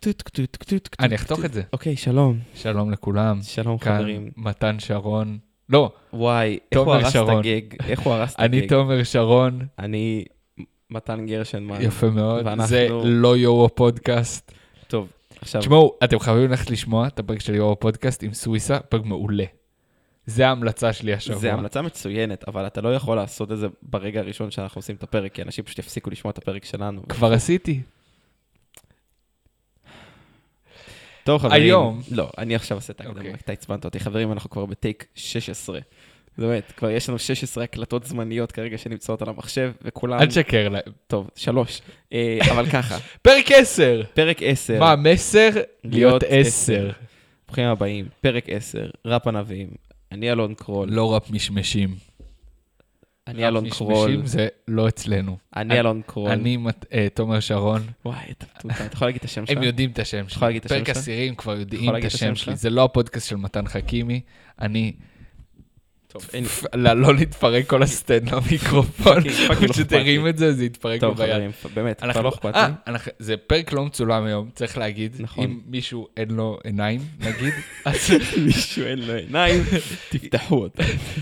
אני אחתוך את זה. אוקיי, שלום. שלום לכולם. שלום כאן חברים. מתן שרון. לא, וואי, איך הוא תומר הרס את שרון. הגג? איך הוא הרס את הגג? אני תומר שרון. אני מתן גרשנמן. יפה מאוד. ואנחנו- זה לא יורו פודקאסט. טוב, עכשיו... תשמעו, אתם חייבים ללכת לשמוע את הפרק של יורו פודקאסט עם סוויסה, פרק מעולה. זה ההמלצה שלי השבוע. זה המלצה מצוינת, אבל אתה לא יכול לעשות את זה ברגע הראשון שאנחנו עושים את הפרק, כי אנשים פשוט יפסיקו לשמוע את הפרק שלנו. כבר עשיתי. טוב, חברים. היום. לא, אני עכשיו עושה את ההקדמה, אוקיי. אתה עצבנת אותי. חברים, אנחנו כבר בטייק 16. באמת, כבר יש לנו 16 הקלטות זמניות כרגע שנמצאות על המחשב, וכולם... אל תשקר להם. טוב, 3. אבל ככה, פרק 10. פרק 10. מה, מסר? להיות 10. ברוכים הבאים, פרק 10, ראפ הנביאים. אני אלון קרול. לא ראפ משמשים. אני אלון ראפ קרול. משמשים זה לא אצלנו. אני אלון קרול. אני תומר שרון. וואי, אתה יכול להגיד את השם שלך? הם יודעים את השם יכול שלי. להגיד את השם פרק שלך? עשירים כבר יודעים יכול את להגיד את השם השם שלי. שלך? זה לא הפודקאסט של מתן חכימי. אני... טוב, לא להתפרק כל הסטנד למיקרופון. פאקינג לא כשתרים אכפת את זה, זה יתפרק טוב, לו ביד. חברים, באמת, כבר אנחנו- לא אכפת לי. זה פרק לא מצולם היום, צריך להגיד. נכון. אם מישהו אין לו עיניים, נגיד, אז... מישהו אין לו עיניים, תפתחו אותה.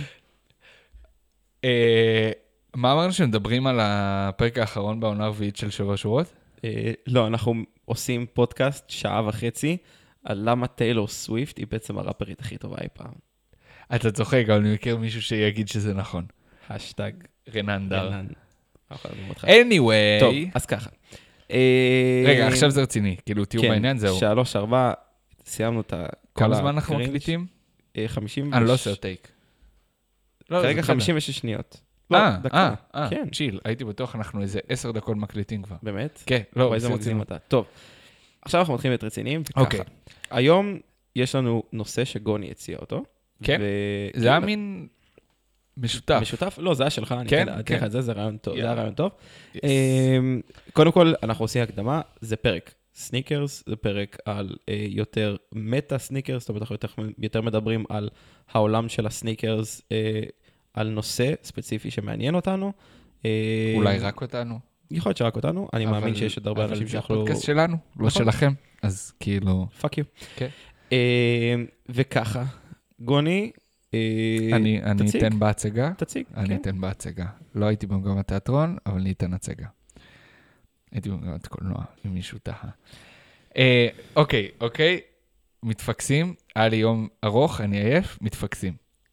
מה אמרנו שמדברים על הפרק האחרון בעונה הרביעית של שבע שורות? לא, אנחנו עושים פודקאסט 1.5 שעה על למה טיילור סוויפט היא בעצם הראפרית הכי טובה אי פעם. אתה צוחק, אבל אני מכיר מישהו שיגיד שזה נכון. השטג. רננדר. טוב, anyway. אז ככה. רגע, עכשיו זה רציני. כאילו, תהיו בעניין, זהו. 3-4, סיימנו את כל כמה זמן אנחנו הקרינג'. מקליטים? 50... אני לא עושה טייק. לא, כרגע זה בסדר. 56 שניות. לא, דקה. כן. צ'יל, הייתי בטוח, אנחנו איזה 10 דקות מקליטים כבר. באמת? כן, לא, וואי, איזה מגזים אתה. טוב, עכשיו אנחנו מתחילים את רציניים, וככה. אוקיי. היום יש לנו נושא שגוני הציע אותו. כן? זה היה מין משותף. משותף? לא, זה היה שלך, אני כן, אתן לך את זה, זה רעיון טוב. זה היה רעיון טוב. Yes. קודם כל, אנחנו עושים הקדמה, זה פרק סניקרס, זה פרק על יותר מטה סניקרס, זאת אומרת, אנחנו יותר מדברים על העולם של הסניקרס, על נושא ספציפי שמעניין אותנו. אולי רק אותנו. יכול להיות שרק אותנו, אני מאמין שיש עוד הרבה אנשים שיכולו... אבל זה הפודקאסט שלנו, לא נכון. שלכם. אז כאילו... פאק יו. כן. וככה, גוני, אני תציג. אתן בהצגה. תציג. אני כן. אתן בהצגה. לא הייתי במגמת תיאטרון, אבל אני אתן הצגה. הייתי במגמת קולנוע, אם מישהו תהה. אוקיי. מתפקסים. היה לי יום ארוך, אני עייף, מתפקסים.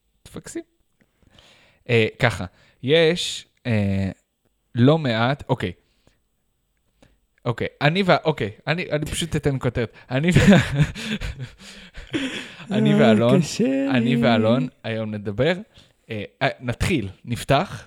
ככה, יש לא מעט, אני פשוט אתן כותרת. אני ואלון, היום נדבר. נפתח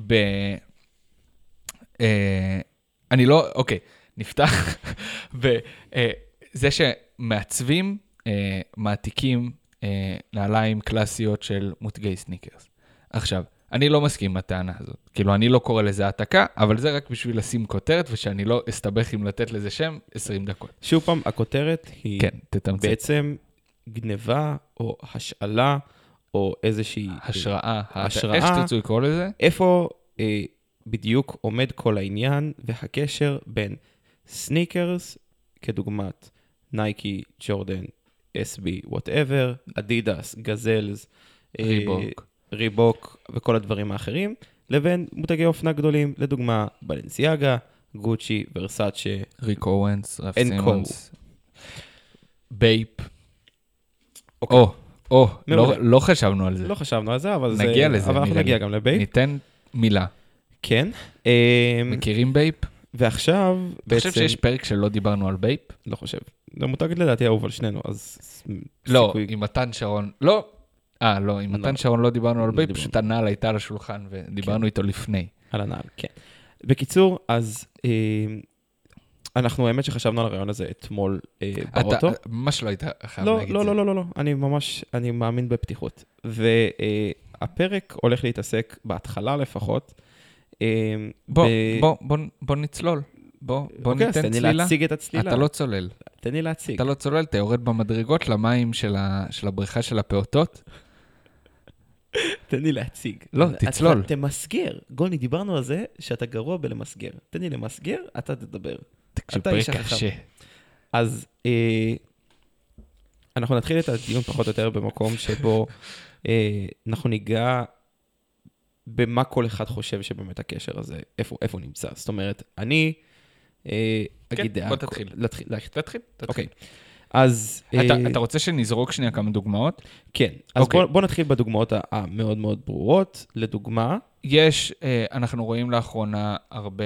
נפתח בזה שמעצבים מעתיקים נעליים קלאסיות של מותגי סניקרס. עכשיו, אני לא מסכים עם הטענה הזאת. כאילו, אני לא קורא לזה העתקה, אבל זה רק בשביל לשים כותרת, ושאני לא אסתבך אם לתת לזה שם 20 דקות. שוב פעם, הכותרת היא כן, תתמצת. בעצם גניבה או השאלה או איזושהי השראה, השראה. איך שתרצו לקרוא לזה. איפה בדיוק עומד כל העניין והקשר בין סניקרס, כדוגמת נייקי, ג'ורדן, SB, whatever, אדידס, גזלס, ריבוק וכל הדברים האחרים, לבין מותגי אופנה גדולים, לדוגמה בלנסיאגה, גוצ'י, ורסאצ'ה, ריק אורנס, רף אין סימונס, בייפ. אוקיי. מעולה. לא חשבנו על זה. לא חשבנו על זה, אבל זה... נגיע לזה. אבל אנחנו נראה לי. נגיע גם לבייפ. ניתן מילה. כן. מכירים בייפ? ועכשיו אתה בעצם... חושב שיש פרק שלא דיברנו על בייפ? לא חושב. זה מותג לדעתי אהוב על שנינו, אז... לא, סיכוי- עם מתן שרון. לא, עם מתן שרון לא דיברנו על לא בייפ, דיברנו. פשוט הנעל הייתה על השולחן ודיברנו איתו לפני. על הנעל, כן. בקיצור, אז אנחנו האמת שחשבנו על הרעיון הזה אתמול באוטו. אתה ממש לא היית חייב לא, להגיד לא, זה. לא, לא, לא, אני מאמין בפתיחות. והפרק הולך להתעסק בהתחלה לפחות. בוא נצלול. בוא אוקיי, אז ניתן תן לי צלילה. להציג את הצלילה. אתה לא צולל. תן לי להציג. אתה לא צולל, אתה יורד במדרגות למים של הבריכה של הפעוטות. תן לי להציג. לא, תצלול. אתה תמסגר. גוני, דיברנו על זה שאתה גרוע בלמסגר. תן לי למסגר, אתה תדבר. תקשיב, אתה פרק איש החכם. קשה. אז אנחנו נתחיל את הדיון פחות או יותר במקום שבו אנחנו ניגע במה כל אחד חושב שבאמת הקשר הזה, איפה הוא נמצא. זאת אומרת, אני אגיד דעה. בוא תתחיל. תתחיל. אוקיי. אז... אתה רוצה שנזרוק שנייה כמה דוגמאות? כן. אז בוא נתחיל בדוגמאות המאוד מאוד ברורות. לדוגמה... אנחנו רואים לאחרונה הרבה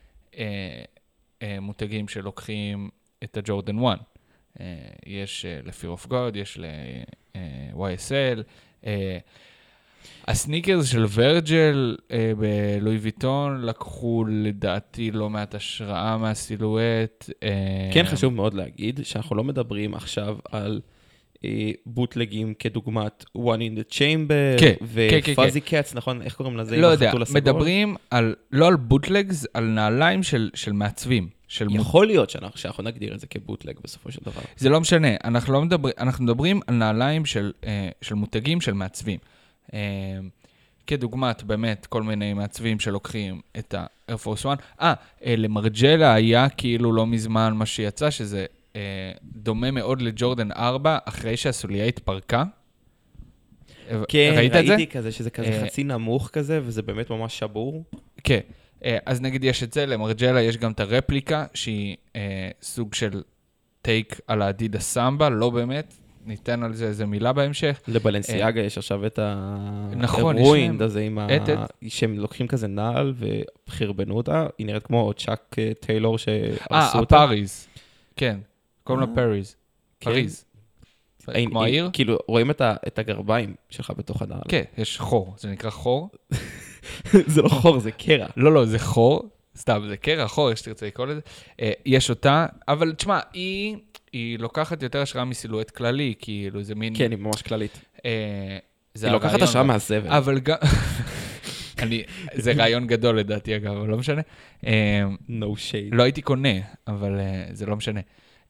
מותגים שלוקחים את הג'ורדן 1. יש ל-Fear of God, יש ל-YSL. הסניקרס של ורג'ל בלואי ויטון לקחו לדעתי לא מעט השראה מהסילואט. כן חשוב מאוד להגיד שאנחנו לא מדברים עכשיו על בוטלגים כדוגמת One in the Chamber ו-Fuzzy Cats, נכון? איך קוראים לזה? לא יודע, מדברים לא על בוטלגס, על נעליים של מעצבים. יכול להיות שאנחנו נגדיר את זה כבוטלג בסופו של דבר. זה לא משנה, אנחנו מדברים על נעליים של מותגים של מעצבים. כדוגמת באמת כל מיני מעצבים שלוקחים את ה-Air Force One. למרג'לה היה כאילו לא מזמן מה שיצא, שזה דומה מאוד לג'ורדן 4, אחרי שהסוליה התפרקה. כן, ראיתי כזה, שזה כזה חצי נמוך כזה, וזה באמת ממש שבור. כן, אז נגיד יש את זה, למרג'לה יש גם את הרפליקה, שהיא סוג של טייק על האדידה סמבה, לא באמת, ניתן על זה איזה מילה בהמשך. לבלנסיאגה יש עכשיו את הרווינד הזה, שהם לוקחים כזה נעל וחרבנו אותה, היא נראית כמו צ'אק טיילור שהרסו אותה. הפריז, כן, קוראים לה פריז. פריז. כמו העיר? כאילו, רואים את הגרביים שלך בתוך הנעל. כן, יש חור, זה נקרא חור. זה לא חור, זה קרע. לא, זה חור, סתם, זה קרע, חור, יש שתרצה לקרוא לזה. יש אותה, אבל תשמע, היא לוקחת יותר השראה מסילואט כללי, כאילו זה מין... כן, היא ממש כללית. היא לוקחת השראה מהזבל. אבל גם... זה רעיון גדול לדעתי אגב, אבל לא משנה. No shade. לא הייתי קונה, אבל זה לא משנה.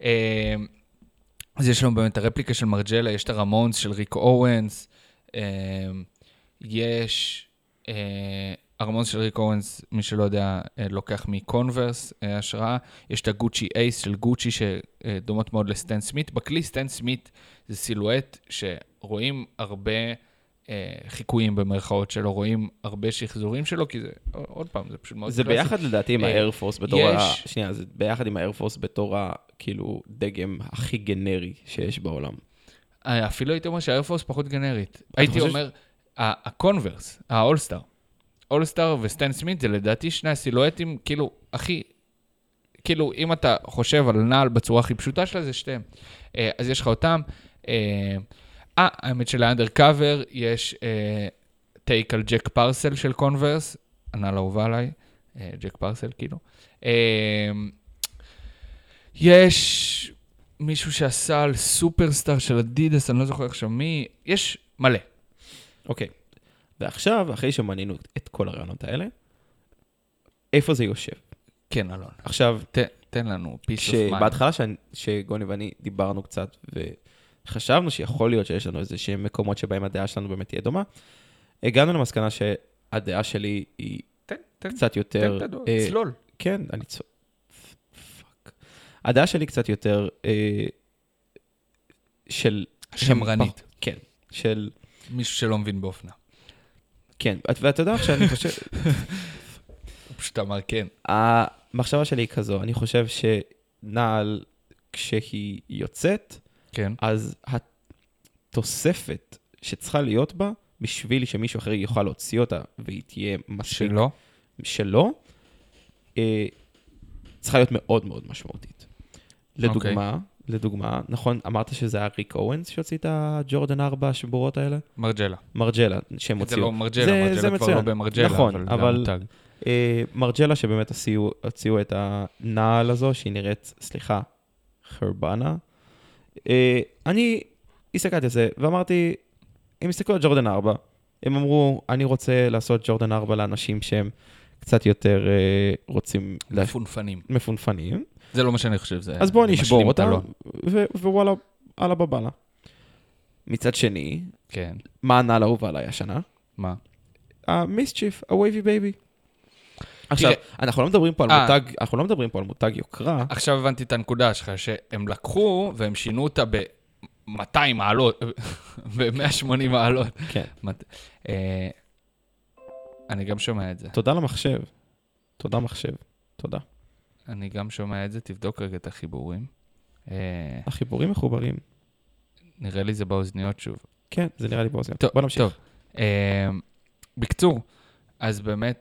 אז יש לנו באמת הרפליקה של מרג'לה, יש את הרמונס של ריק אורנס, יש... הרמונס של ריק אורנס, מי שלא יודע, לוקח מקונברס השראה. יש את הגוצ'י אייס של גוצ'י, שדומות מאוד לסטן סמית. בכלי סטן סמית זה סילואט שרואים הרבה חיקויים במרכאות שלו, רואים הרבה שחזורים שלו, כי זה, עוד פעם, זה פשוט מאוד זה קלאסי. ביחד לדעתי עם האיירפורס בתור שנייה, זה ביחד עם האיירפורס בתור כאילו דגם הכי גנרי שיש בעולם. אפילו הייתי אומר שהאיירפורס פחות גנרית. הייתי אומר, הקונברס, האולסטאר. אולסטאר וסטן סמית זה לדעתי שני הסילואטים, כאילו, הכי, כאילו, אם אתה חושב על נעל בצורה הכי פשוטה שלה, זה שתיהם. אז יש לך אותם. האמת של האנדרקאבר, יש טייק על ג'ק פרסל של קונברס, הנעל אהובה עליי, ג'ק פרסל, כאילו. יש מישהו שעשה על סופרסטאר של אדידס, אני לא זוכר עכשיו מי, יש מלא. אוקיי. ועכשיו, אחרי שמנינו את כל הרעיונות האלה, איפה זה יושב? כן, אלון. עכשיו, תן לנו פיס אוף מיינד. בהתחלה שגוני ואני דיברנו קצת, וחשבנו שיכול להיות שיש לנו איזה שהם מקומות שבהם הדעה שלנו באמת תהיה דומה, הגענו למסקנה שהדעה שלי היא קצת יותר... צלול. כן, אני צלול. פאק. הדעה שלי קצת יותר של... שמרנית. כן, של... מישהו שלא מבין באופנה. כן, ואתה יודע שאני חושב... הוא פשוט אמר כן. המחשבה שלי היא כזו, אני חושב שנעל, כשהיא יוצאת, כן. אז התוספת שצריכה להיות בה, בשביל שמישהו אחר יוכל להוציא אותה, והיא תהיה מספיק... שלא, צריכה להיות מאוד מאוד משמעותית. לדוגמה, נכון, אמרת שזה היה ריק אורנס שהוציא את הג'ורדן 4 השבורות האלה? מרג'לה, שהם הוציאו. זה לא מרג'לה כבר לא במרג'לה, נכון, אבל זה המותג. מרג'לה שבאמת הוציאו את הנעל הזו, שהיא נראית, סליחה, חרבנה. אני הסתכלתי על זה, ואמרתי, הם הסתכלו על ג'ורדן 4, הם אמרו, אני רוצה לעשות ג'ורדן 4 לאנשים שהם קצת יותר רוצים... מפונפנים. זה לא מה שאני חושב, זה... אז בואו אני אשבור אותם, ווואלה, על הבבלה. מצד שני, כן. מה הנעל האהובה עליי השנה? מה? המיסצ'יף, ה-Wavy Baby. עכשיו, אנחנו לא מדברים פה על מותג יוקרה. עכשיו הבנתי את הנקודה שלך, שהם לקחו והם שינו אותה ב-200 מעלות, ב-180 מעלות. כן. אני גם שומע את זה. תודה למחשב. תודה מחשב. תודה. אני גם שומע את זה, תבדוק רגע את החיבורים. החיבורים מחוברים. נראה לי זה באוזניות שוב. כן, זה נראה לי באוזניות. בוא נמשיך. טוב. בקצור, אז באמת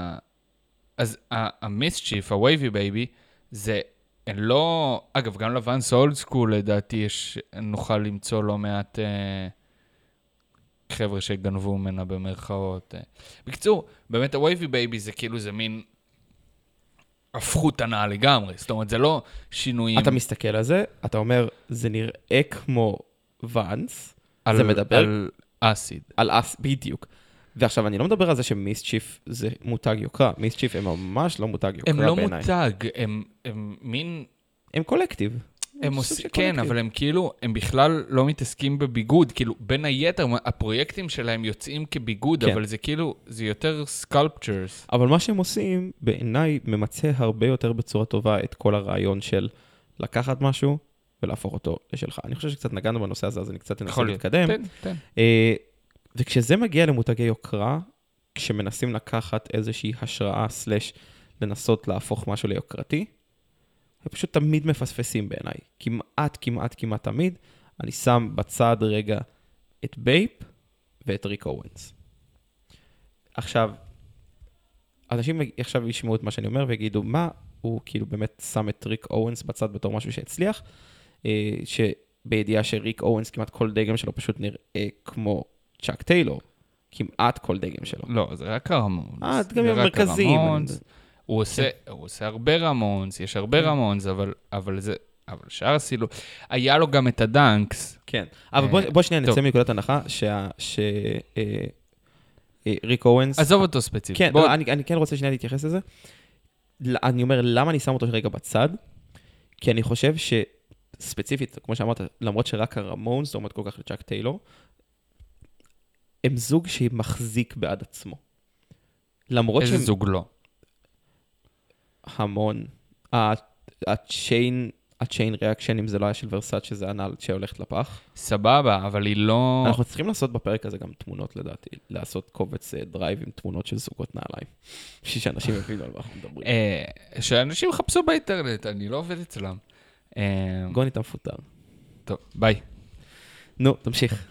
המיסצ'יף, הווייבי בייבי, זה לא, אגב, גם לוואנס אולד סקול, לדעתי, נוכל למצוא לא מעט חבר'ה שגנבו ממנה במרכאות. בקצור, באמת הווייבי בייבי זה כאילו, זה מין הפכו את הנעה לגמרי. זאת אומרת, זה לא שינויים. אתה מסתכל על זה, אתה אומר, זה נראה כמו ואנס, זה מדבר על אסיד. על אס, בדיוק. ועכשיו, אני לא מדבר על זה שמיסצ'יף זה מותג יוקרה. מיסצ'יף הם ממש לא מותג יוקרה בעיניי. הם לא מותג, הם מין... הם קולקטיב. כן, אבל הם כאילו, הם בכלל לא מתעסקים בביגוד. כאילו, בין היתר, הפרויקטים שלהם יוצאים כביגוד, אבל זה כאילו, זה יותר סקולפצ'רס. אבל מה שהם עושים, בעיניי, ממצא הרבה יותר בצורה טובה את כל הרעיון של לקחת משהו ולהפוך אותו לשלך. אני חושב שקצת נגענו בנושא הזה, אז אני קצת אנסה להתקדם. תן. וכשזה מגיע למותגי יוקרה, כשמנסים לקחת איזושהי השראה סלש לנסות להפוך משהו ליוקרתי, הם פשוט תמיד מפספסים בעיניי. כמעט תמיד. אני שם בצד רגע את בייפ ואת ריק אורנס. עכשיו, אנשים עכשיו ישמעו את מה שאני אומר ויגידו, מה הוא כאילו באמת שם את ריק אורנס בצד בתור משהו שהצליח, שבידיעה שריק אורנס כמעט כל דגם שלו פשוט נראה כמו צ'אק טיילור. כמעט כל דגם שלו. לא, זה רק הרמונס. דגמים מרכזיים. הוא עושה הרבה רמונס, יש הרבה רמונס, אבל שאר הסילו, היה לו גם את הדנקס. כן, אבל בוא שנייה נצא מנקודת הנחה, ריק אורנס... עזוב אותו ספציפית. כן, אני כן רוצה שנייה להתייחס לזה. אני אומר, למה אני שם אותו רגע בצד? כי אני חושב שספציפית, כמו שאמרת, למרות שרק הרמונס, זאת אומרת כל כך לצ'אק טיילור, הם זוג שמחזיק בעד עצמו. למרות איזה זוג לא? המון. הצ'יין ריאקשן, אם זה לא היה של ורסאצ' שזה הנעל שהולכת לפח. סבבה, אבל היא לא... אנחנו צריכים לעשות בפרק הזה גם תמונות לדעתי. לעשות קובץ דרייב עם תמונות של זוגות נעליים. בשביל שאנשים יבינו על מה אנחנו מדברים. שאנשים יחפשו באינטרנט, אני לא עובד אצלם. גוני אתה מפוטר. טוב, ביי. נו, תמשיך.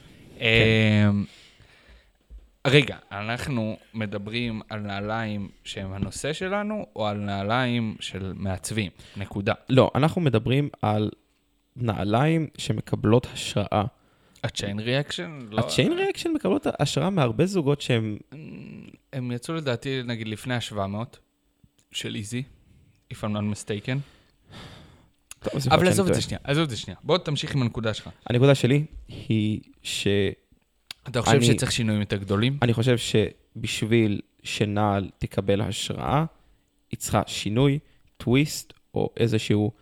רגע, אנחנו מדברים על נעליים שהם הנושא שלנו, או על נעליים של מעצבים? נקודה. לא, אנחנו מדברים על נעליים שמקבלות השראה. הצ'יין ריאקשן? הצ'יין ריאקשן מקבלות השראה מהרבה זוגות שהם... הם יצאו לדעתי, נגיד, לפני ה-700 של איזי, if I'm not mistaken. אבל עזוב את זה שנייה. בוא תמשיך עם הנקודה שלך. הנקודה שלי היא ש... אתה חושב שצריך שינויים יותר גדולים? אני חושב שבשביל שנעל תקבל השראה, היא צריכה שינוי, טוויסט, או איזשהו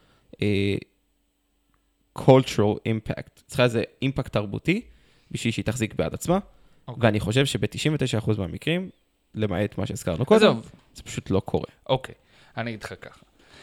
cultural impact. צריכה איזה אימפקט תרבותי, בשביל שהיא תחזיק בעד עצמה, ואני חושב שב-99% מהמקרים, למעט מה שהזכרנו קודם, זה פשוט לא קורה. אוקיי, אני אגיד לך ככה.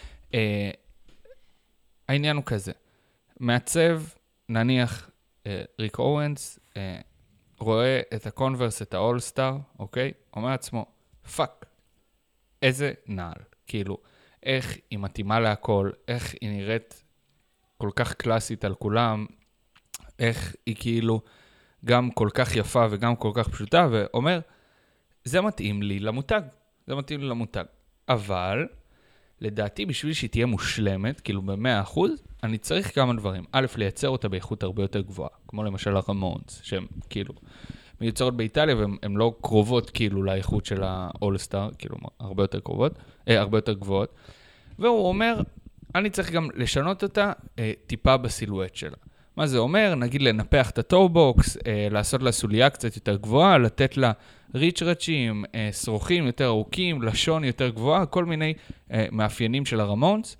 העניין הוא כזה, מעצב, נניח, ריק אורנס, רואה את הקונברס, את האול-סטאר, אוקיי? אומר לעצמו, פאק, איזה נעל. כאילו, איך היא מתאימה להכל, איך היא נראית כל כך קלאסית על כולם, איך היא כאילו גם כל כך יפה וגם כל כך פשוטה, ואומר, זה מתאים לי למותג, זה מתאים לי למותג. אבל, לדעתי, בשביל שהיא תהיה מושלמת, כאילו ב-100%, אני צריך כמה דברים. א', לייצר אותה באיכות הרבה יותר גבוהה, כמו למשל הרמונס, שהן כאילו מיוצרות באיטליה, והן לא קרובות כאילו לאיכות של האול-סטאר, כאילו הרבה יותר קרובות, הרבה יותר גבוהות. והוא אומר, אני צריך גם לשנות אותה טיפה בסילואט שלה. מה זה אומר? נגיד לנפח את הטו-בוקס, לעשות לה סוליה קצת יותר גבוהה, לתת לה ריצ'רצ'ים, שרוכים יותר ארוכים, לשון יותר גבוהה, כל מיני מאפיינים של הרמונס.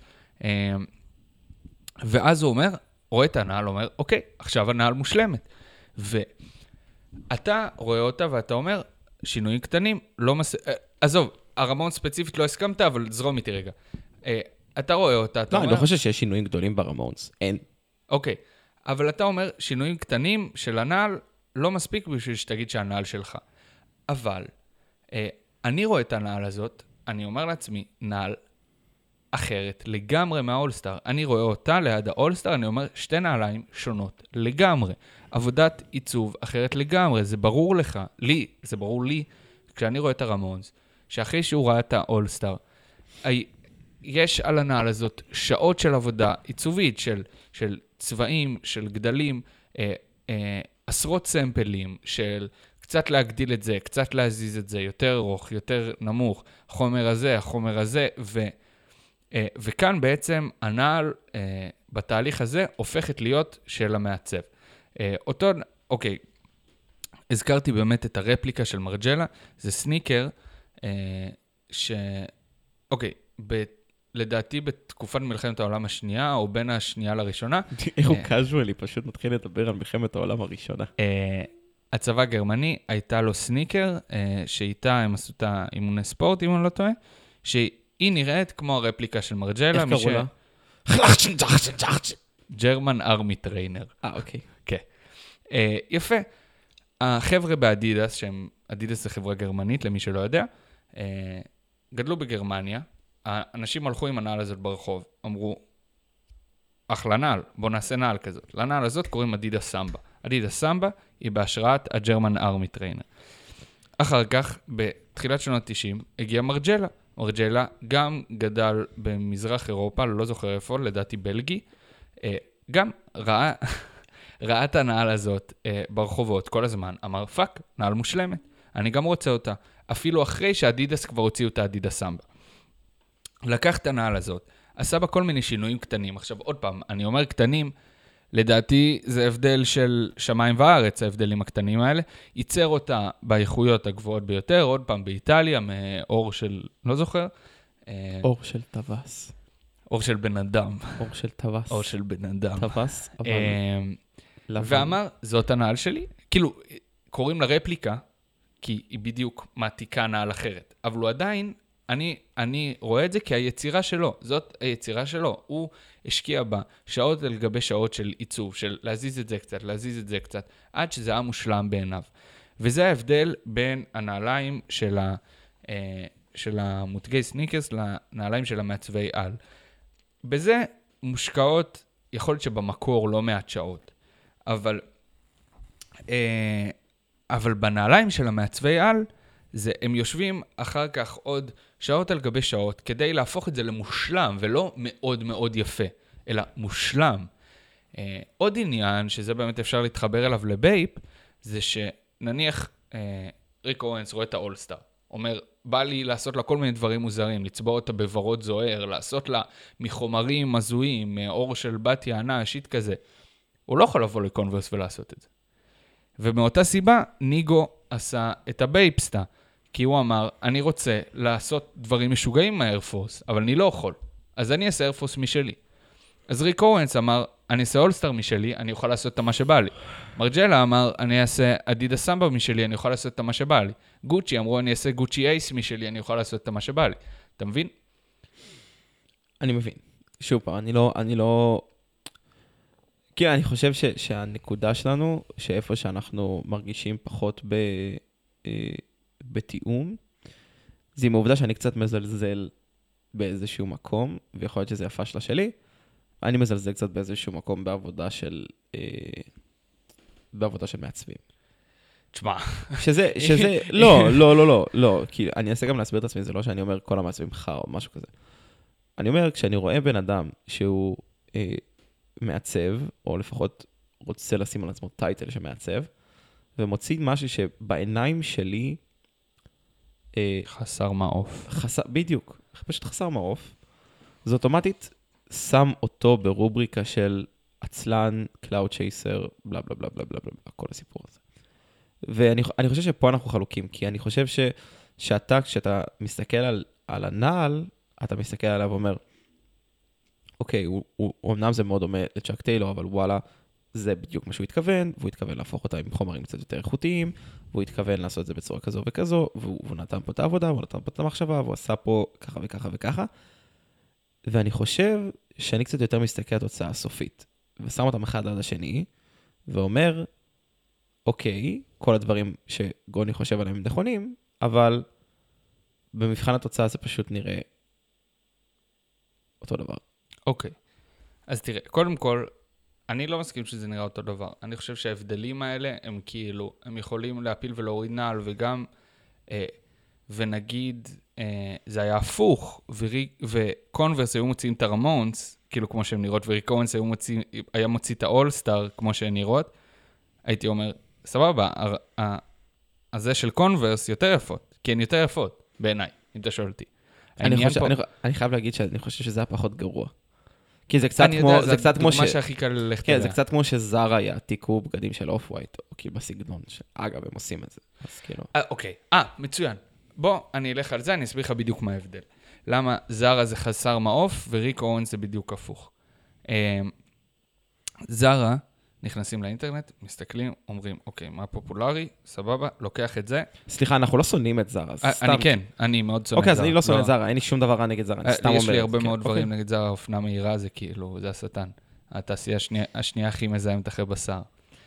ואז הוא אומר, רואה את הנעל, אומר, אוקיי, עכשיו הנעל מושלמת. ואתה רואה אותה ואתה אומר, שינויים קטנים, לא עזוב, הרמון ספציפית לא הסכמת, אבל זרום איתי רגע. אתה רואה אותה, אתה לא, אומר... אני לא חושב שיש שינויים גדולים ברמונס. אין. אוקיי, אבל אתה אומר, שינויים קטנים של הנעל לא מספיק בשביל שתגיד שהנעל שלך. אבל אני רואה את הנעל הזאת, אני אומר לעצמי, נעל אחרת לגמרי מהאולסטאר. אני רואה אותה ליד האולסטאר, אני אומר, שתי נעליים שונות לגמרי. עבודת עיצוב אחרת לגמרי, זה ברור לך, לי, זה ברור לי, כשאני רואה את הרמונס, שאחרי שהוא ראה את האולסטאר, יש על הנעל הזאת שעות של עבודה עיצובית, של צבעים, של גדלים, עשרות סמפלים, של קצת להגדיל את זה, קצת להזיז את זה, יותר ארוך, יותר נמוך, החומר הזה, וכאן בעצם הנעל בתהליך הזה הופכת להיות של המעצב. אוקיי, הזכרתי באמת את הרפליקה של מרג'לה, זה סניקר, אוקיי, לדעתי בתקופת מלחמת העולם השנייה, או בין השנייה לראשונה. איך הוא קאז'ואלי, פשוט מתחיל לדבר על מלחמת העולם הראשונה. הצבא הגרמני הייתה לו סניקר, שאיתה הם עשו את האימוני ספורט, אם אני לא טועה, שהיא נראית כמו הרפליקה של מרג'לה. איך קראו לה? ג'רמן ארמי טריינר. אוקיי. כן. יפה. החבר'ה באדידס, אדידס זה חברה גרמנית, למי שלא יודע, גדלו בגרמניה, האנשים הלכו עם הנעל הזאת ברחוב, אמרו, אחלה נעל, בוא נעשה נעל כזאת. לנעל הזאת קוראים אדידס סמבה. אדידס סמבה היא בהשראת הג'רמן ארמי טריינר. אחר כך, בתחילת שנות 90, הגיע מרג'לה. מרג'לה גם גדל במזרח אירופה, לא זוכר איפה, לדעתי בלגי, גם ראה את הנעל הזאת ברחובות כל הזמן, אמר, פאק, נעל מושלמת, אני גם רוצה אותה, אפילו אחרי שהאדידס כבר הוציאו את האדידס סמבה. לקח את הנעל הזאת, עשה בה כל מיני שינויים קטנים. עכשיו, עוד פעם, אני אומר קטנים, לדעתי זה הבדל של שמיים וארץ, ההבדלים הקטנים האלה. ייצר אותה באיכויות הגבוהות ביותר, עוד פעם באיטליה, מאור של, לא זוכר. אור של טווס. אור של בן אדם. אור של טווס. אור של בן אדם. טווס, אבל... ואמר, זאת הנעל שלי. כאילו, קוראים לה רפליקה, כי היא בדיוק מעתיקה נעל אחרת. אבל הוא עדיין... אני רואה את זה כהיצירה שלו, זאת היצירה שלו. הוא השקיע בה שעות על גבי שעות של עיצוב, של להזיז את זה קצת, עד שזה היה מושלם בעיניו. וזה ההבדל בין הנעליים של המותגי סניקרס לנעליים של המעצבי על. בזה מושקעות, יכול להיות שבמקור לא מעט שעות, אבל בנעליים של המעצבי על, הם יושבים אחר כך עוד שעות על גבי שעות, כדי להפוך את זה למושלם, ולא מאוד מאוד יפה, אלא מושלם. עוד עניין, שזה באמת אפשר להתחבר אליו לבייפ, זה שנניח ריק אורנס רואה את האולסטאר, אומר, בא לי לעשות לה כל מיני דברים מוזרים, לצבוע אותה בוורוד זוהר, לעשות לה מחומרים מזוהים, מאור של בת יענה, שיט כזה. הוא לא יכול לבוא לקונברס ולעשות את זה. ומאותה סיבה, ניגו עשה את הבייפסטה, כי הוא אמר, אני רוצה לעשות דברים משוגעים מהאיירפורס, אבל אני לא יכול. אז אני אעשה איירפורס משלי. אז ריק אורנס אמר, אני אעשה אולסטאר משלי, אני אוכל לעשות את מה שבא לי. מרג'לה אמר, אני אעשה אדידס סמבה משלי, אני אוכל לעשות את מה שבא לי. גוצ'י אמרו, אני אעשה גוצ'י אייס משלי, אני אוכל לעשות את מה שבא לי. אתה מבין? אני מבין. שוב פעם, אני לא... כי אני חושב שהנקודה שלנו, שאיפה שאנחנו מרגישים פחות בתיאום, זה עם העובדה שאני קצת מזלזל באיזשהו מקום, ויכול להיות שזה יפה שלי, אני מזלזל קצת באיזשהו מקום בעבודה של מעצבים. תשמע. שזה, לא, כי אני אעשה גם להסביר את עצמי, זה לא שאני אומר כל המעצבים חר או משהו כזה. אני אומר, כשאני רואה בן אדם שהוא מעצב, או לפחות רוצה לשים על עצמו טייטל שמעצב, ומוציא משהו שבעיניים שלי... חסר מעוף. בדיוק, פשוט חסר מעוף. זה אוטומטית שם אותו ברובריקה של עצלן, קלאוד צ'ייסר, בלה בלה בלה בלה בלה בלה, כל הסיפור הזה. ואני חושב שפה אנחנו חלוקים, כי אני חושב כשאתה מסתכל על הנעל, אתה מסתכל עליו ואומר, אוקיי, אמנם זה מאוד דומה לצ'אק טיילור, אבל וואלה, זה בדיוק מה שהוא התכוון, והוא התכוון להפוך אותה עם חומרים קצת יותר איכותיים, והוא התכוון לעשות את זה בצורה כזו וכזו, והוא נתן פה את העבודה, והוא נתן פה את המחשבה, והוא עשה פה ככה וככה וככה. ואני חושב שאני קצת יותר מסתכל על התוצאה הסופית, ושם אותם אחד ליד השני, ואומר, אוקיי, כל הדברים שגוני חושב עליהם נכונים, אבל במבחן התוצאה זה פשוט נראה אותו דבר. אוקיי. אז תראה, קודם כל, אני לא מסכים שזה נראה אותו דבר. אני חושב שההבדלים האלה הם כאילו, הם יכולים להפיל ולהוריד נעל, וגם, ונגיד, זה היה הפוך, וקונברס היו מוציאים את הרמונס, כאילו כמו שהם נראות, וריק אוונס היה מוציא את האולסטאר כמו שהן נראות, הייתי אומר, סבבה, הזה של קונברס יותר יפות, כי הן יותר יפות, בעיניי, אם אתה שואל אותי. אני חייב להגיד שאני חושב שזה היה פחות גרוע. כי זה קצת כמו... זה דוגמה שהכי קל ללכת אליה. כן, זה קצת כמו שזרה יעתיקו בגדים של אוף ווייט, או כאילו בסגנון, אגב, הם עושים את זה. אז כאילו... אוקיי, מצוין. בוא, אני אלך על זה, אני אסביר לך בדיוק מה ההבדל. למה זרה זה חסר מעוף, וריק אוונס זה בדיוק הפוך. זרה, נכנסים לאינטרנט, מסתכלים, אומרים, אוקיי, מה פופולרי? סבבה, לוקח את זה. סליחה, אנחנו לא שונאים את זרה. אני כן, אני מאוד שונא את אוקיי, זרה. אז אני לא שונא את זרה, אין לי שום דבר רע נגד זרה, אני סתם אומר. יש לי הרבה מאוד דברים נגד זרה, אופנה מהירה זה כאילו, זה השטן. התעשייה השנייה הכי מזהמת אחרי בשר.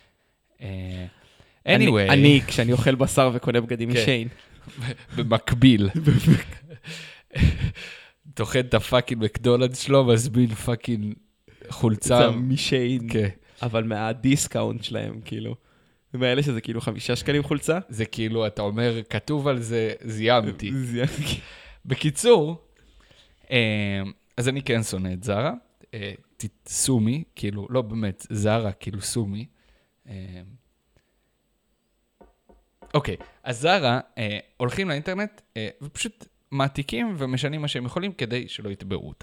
anyway. אני, כשאני אוכל בשר וקונה בגדים משיין. במקביל. תאכל את הפאקינג מקדונלדס שלו, מזמין פאקינג חולצה. משיין. כן. אבל מהדיסקאונט שלהם, כאילו. ומאלה שזה כאילו 5 שקלים חולצה. זה כאילו, אתה אומר, כתוב על זה, זיימתי. בקיצור, אז אני כן שונא את זרה. סומי, כאילו, לא באמת, זרה, כאילו סומי. אוקיי, אז זרה הולכים לאינטרנט ופשוט מעתיקים ומשנים מה שהם יכולים כדי שלא יתבעו אותם.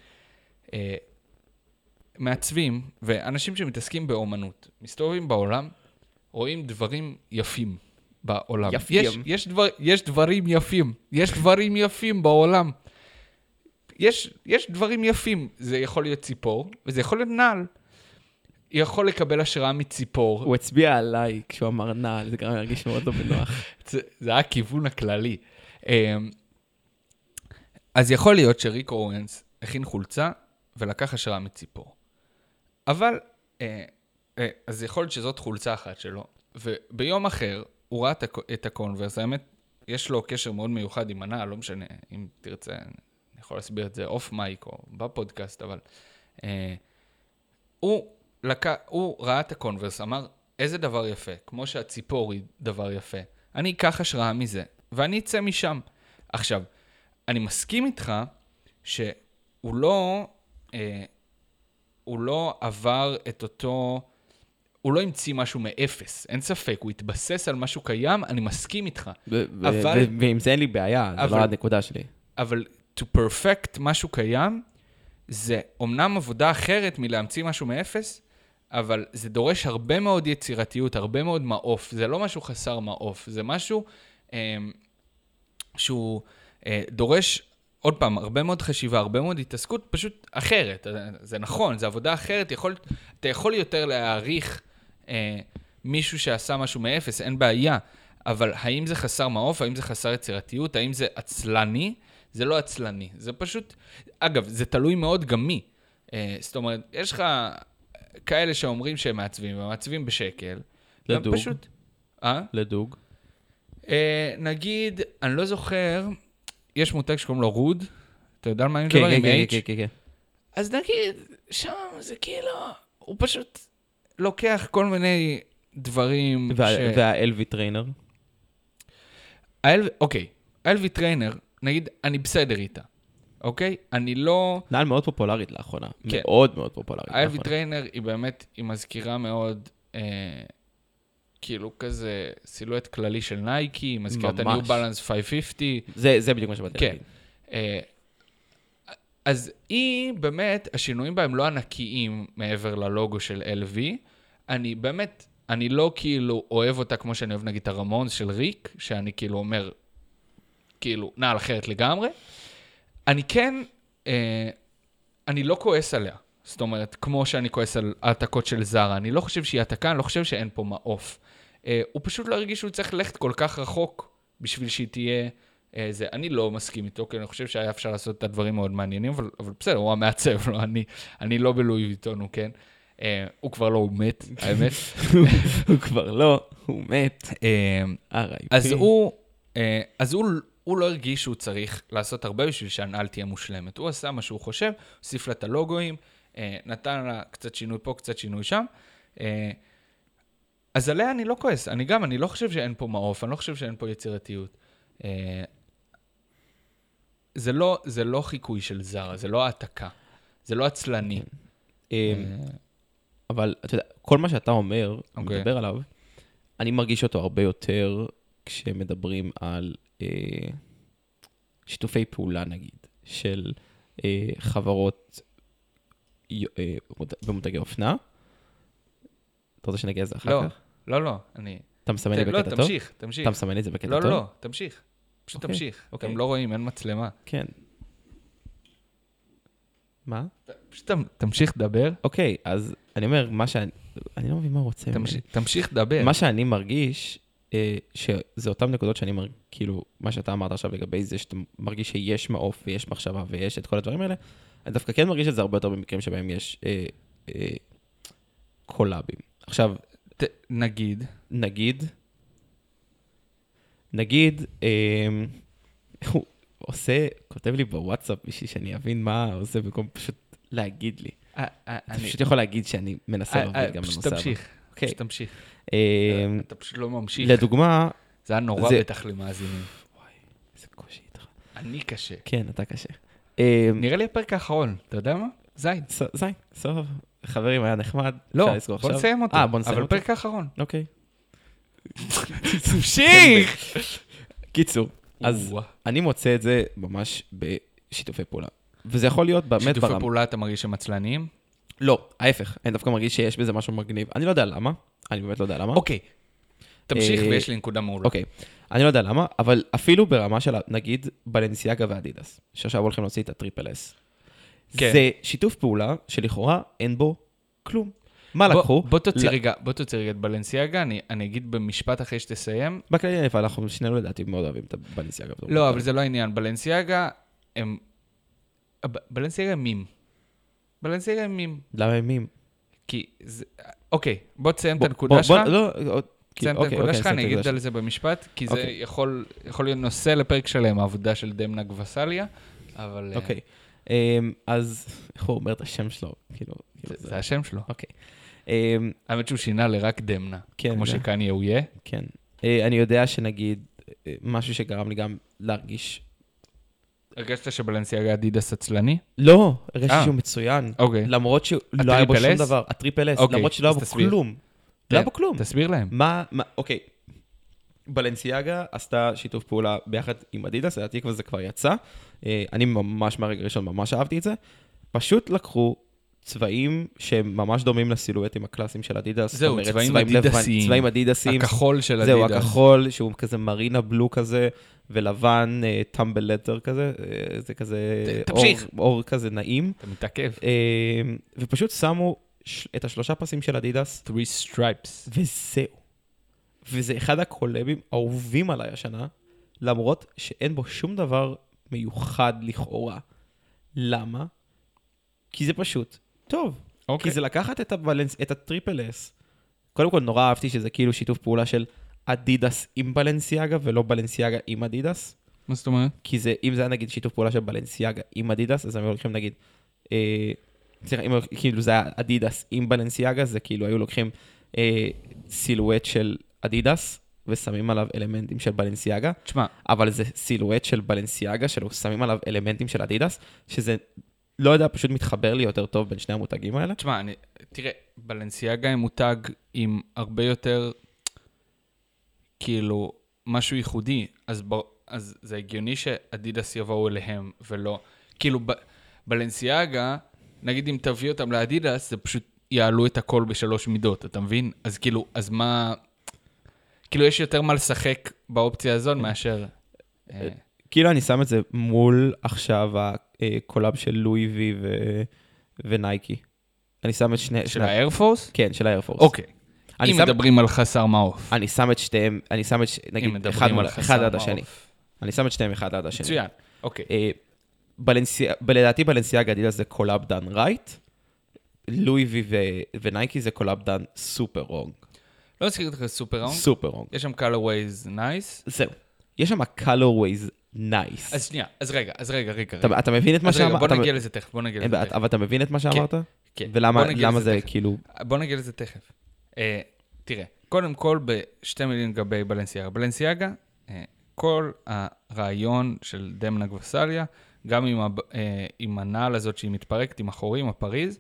מעצבים ואנשים שמתעסקים באומנות, מסתובבים בעולם, רואים דברים יפים בעולם. יפים. יש דברים יפים. יש דברים יפים בעולם. יש דברים יפים. זה יכול להיות ציפור, וזה יכול להיות נעל. יכול לקבל השראה מציפור. הוא הצביע עליי כשהוא אמר נעל, זה גם להרגיש מאוד לא בנוח. זה היה הכיוון הכללי. אז יכול להיות שריק אורנס הכין חולצה, ולקח השראה מציפור. אבל, אז יכול להיות שזאת חולצה אחת שלו, וביום אחר הוא ראה את הקונברס, האמת, יש לו קשר מאוד מיוחד עם הנעל, לא משנה, אם תרצה, אני יכול להסביר את זה אוף מייק או בפודקאסט, אבל הוא ראה את הקונברס, אמר, איזה דבר יפה, כמו שהציפור היא דבר יפה, אני אקח השראה מזה, ואני אצא משם. עכשיו, אני מסכים איתך שהוא לא עבר את אותו, הוא לא המציא משהו מאפס, אין ספק, הוא התבסס על משהו קיים, אני מסכים איתך. ועם זה אין לי בעיה, זה לא הנקודה שלי. אבל to perfect משהו קיים, זה אומנם עבודה אחרת מלהמציא משהו מאפס, אבל זה דורש הרבה מאוד יצירתיות, הרבה מאוד מעוף, זה לא משהו חסר מעוף, זה משהו שהוא דורש, עוד פעם, הרבה מאוד חשיבה, הרבה מאוד התעסקות, פשוט אחרת. זה נכון, זה עבודה אחרת. אתה יכול יותר להעריך מישהו שעשה משהו מאפס, אין בעיה. אבל האם זה חסר מעוף? האם זה חסר יצירתיות? האם זה עצלני? זה לא עצלני. זה פשוט... אגב, זה תלוי מאוד גם מי. זאת אומרת, יש לך כאלה שאומרים שהם מעצבים, ומעצבים בשקל. לדוג. פשוט... לדוג. נגיד, אני לא זוכר... יש מותג שקוראים לו רוד, אתה יודע על מה אני מדבר? עם H? כן. אז נגיד, שם זה כאילו, הוא פשוט לוקח כל מיני דברים והאלווי טריינר? אוקיי, האלווי טריינר, נגיד, אני בסדר איתה, אוקיי? אני לא... נעל מאוד פופולרית לאחרונה, מאוד מאוד פופולרית. האלווי טריינר היא באמת, היא מזכירה מאוד... כאילו כזה סילואט כללי של נייקי, מזכיר את ה-New Balance 550. זה בדיוק מה שבאתי להגיד. אז היא באמת, השינויים בהם לא ענקיים מעבר ללוגו של LV. אני לא כאילו אוהב אותה כמו שאני אוהב נגיד את הרמונס של ריק, שאני כאילו אומר, כאילו נעל אחרת לגמרי. אני כן, אני לא כועס עליה. זאת אומרת, כמו שאני כועס על העתקות של זרה, אני לא חושב שהיא העתקה, אני לא חושב שאין פה מעוף. הוא פשוט לא הרגיש שהוא צריך ללכת כל כך רחוק בשביל שהיא תהיה זה. אני לא מסכים איתו, כי אני חושב שהיה אפשר לעשות את הדברים מאוד מעניינים, אבל בסדר, הוא המעצב, לא, אני לא בלואי ויטון, כן? הוא כבר לא, הוא מת, האמת. הוא כבר לא, הוא מת. אז הוא לא הרגיש שהוא צריך לעשות הרבה בשביל שהנעל תהיה מושלמת. הוא עשה מה שהוא חושב, הוסיף לה את הלוגויים, נתן לה קצת שינוי פה, קצת שינוי שם. אז עליה אני לא כועס. אני לא חושב שאין פה מעוף, אני לא חושב שאין פה יצירתיות. זה לא חיקוי של זרה, זה לא העתקה, זה לא עצלני. אבל אתה יודע, כל מה שאתה אומר, מדבר עליו, אני מרגיש אותו הרבה יותר כשמדברים על שיתופי פעולה, נגיד, של חברות במותגי אופנה. אתה רוצה שנגיע לזה אחר כך? לא, אתה מסמן לי בקטע טוב? לא, תמשיך. אתה מסמן לי את זה בקטע טוב? לא, תמשיך. פשוט תמשיך. אתם לא רואים, אין מצלמה. כן. מה? פשוט תמשיך לדבר. אוקיי, אז אני אומר, אני לא מבין מה הוא רוצה. תמשיך לדבר. מה שאני מרגיש, שזה אותם נקודות שאני מרגיש, כאילו, מה שאתה אמרת עכשיו לגבי זה, שאתה מרגיש שיש מעוף ויש מחשבה ויש את כל הדברים האלה, אני דווקא כן מרגיש את זה הרבה יותר במקרים שבהם יש קולאבים. עכשיו, נגיד, הוא כותב לי בוואטסאפ בשביל שאני אבין מה הוא עושה במקום פשוט להגיד לי. אתה פשוט יכול להגיד שאני מנסה להוביל גם בנושא. פשוט תמשיך. אתה פשוט לא ממשיך. לדוגמה... זה היה נורא בטח למאזינים. וואי, איזה קושי איתך. אני קשה. כן, אתה קשה. נראה לי הפרק האחרון, אתה יודע מה? זין. סוף. חברים, היה נחמד. לא, בוא נסיים אותו. אבל פרק האחרון. אוקיי. תמשיך! קיצור, אז אני מוצא את זה ממש בשיתופי פעולה. וזה יכול להיות באמת ברמה. שיתופי פעולה אתה מרגיש שהם עצלניים? לא, ההפך. אני דווקא מרגיש שיש בזה משהו מגניב. אני לא יודע למה. אני באמת לא יודע למה. אוקיי. תמשיך ויש לי נקודה מעולה. אוקיי. אני לא יודע למה, אבל אפילו ברמה של, נגיד, בלנסיאגה ואדידס, שעכשיו הולכים להוציא את הטריפל אס. זה שיתוף פעולה שלכאורה אין בו כלום. מה לקחו? בוא תוציא רגע את בלנסיאגה, אני אגיד במשפט אחרי שתסיים. בכללי נפל, אנחנו שנינו לדעתי מאוד אוהבים את בלנסיאגה. לא, אבל זה לא העניין. בלנסיאגה הם מים. בלנסיאגה הם מים. למה הם מים? כי זה... אוקיי, בוא תסיים את הנקודה שלך. תסיים את הנקודה שלך, אני אגיד על זה במשפט, כי זה יכול להיות נושא לפרק שלהם, העבודה של דמנה גבסליה, אבל... אוקיי. אז איך הוא אומר את השם שלו? זה השם שלו. אוקיי. האמת שהוא שינה לרק דמנה, כמו שכאן הוא יהיה. כן. אני יודע שנגיד, משהו שגרם לי גם להרגיש... הרגשת שבלנסיאגה אדידס עצלני? לא, הרגשתי שהוא מצוין. למרות שלא היה בו שום דבר. הטריפל אס, למרות שלא היה בו כלום. לא היה בו כלום. תסביר להם. אוקיי. בלנסיאגה עשתה שיתוף פעולה ביחד עם אדידס, לדעתי כבר זה כבר יצא. אני ממש מהרגע ראשון ממש אהבתי את זה. פשוט לקחו צבעים שהם ממש דומים לסילואטים הקלאסיים של אדידס. זהו, צבעים אדידסיים. צבעים אדידסיים. הכחול של אדידס. זהו, הכחול, שהוא כזה מרינה בלו כזה, ולבן טמבל לטר כזה, זה כזה אור כזה נעים. אתה מתעכב. ופשוט שמו את השלושה פסים של אדידס. 3 stripes. וזהו. וזה אחד הקולבים האהובים עליי השנה, למרות שאין בו שום דבר מיוחד לכאורה. למה? כי זה פשוט טוב. כי זה לקחת את הטריפל אס. קודם כל נורא אהבתי שזה כאילו שיתוף פעולה של אדידס עם בלנסיאגה, ולא בלנסיאגה עם אדידס. מה זאת אומרת? כי זה, אם זה היה נגיד שיתוף פעולה של בלנסיאגה עם אדידס, אז הם הולכים נגיד, כאילו זה היה אדידס עם בלנסיאגה, זה כאילו היו לוקחים סילואט של אדידס, ושמים עליו אלמנטים של בלנסיאגה. תשמע. אבל זה סילואט של בלנסיאגה, ששמים עליו אלמנטים של אדידס, שזה לא יודע, פשוט מתחבר לי יותר טוב בין שני המותגים האלה. תשמע, תראה, בלנסיאגה הם מותג עם הרבה יותר, כאילו, משהו ייחודי, אז זה הגיוני שאדידס יבואו אליהם, ולא, כאילו, בלנסיאגה, נגיד אם תביא אותם לאדידס, זה פשוט יעלו את הכל ב3 מידות, אתה מבין? אז כאילו, אז מה, כאילו, יש יותר מה לשחק באופציה הזאת מאשר... כאילו אני שם את זה מול עכשיו הקולאב של לואי וי ונייקי. אני שם את של האיירפורס? כן, של האיירפורס. אוקיי. אם מדברים על חסר מעוף. אני שם את שתיהם, נגיד, אחד עד השני. אני שם את שתיהם אחד עד השני. מצוין, אוקיי. לדעתי בלנסיאגה אדידס זה קולאב דן רייט, לואי וי ונייקי זה קולאב דן סופר רונג. לא נזכיר לך סופר רונג? סופר רונג. יש שם colorways nice? זהו. יש שם colorways nice. אז שנייה, אז רגע. אתה מבין את מה שאמרת? בוא נגיע לזה תכף, אבל אתה מבין את מה שאמרת? כן. ולמה זה כאילו... בוא נגיע לזה תכף. תראה, קודם כל בשתי מילים לגבי בלנסיאגה. בלנסיאגה, כל הרעיון של דמנה גווסליה, גם עם הנעל הזאת שהיא מתפרקת, עם החורים, הפריז,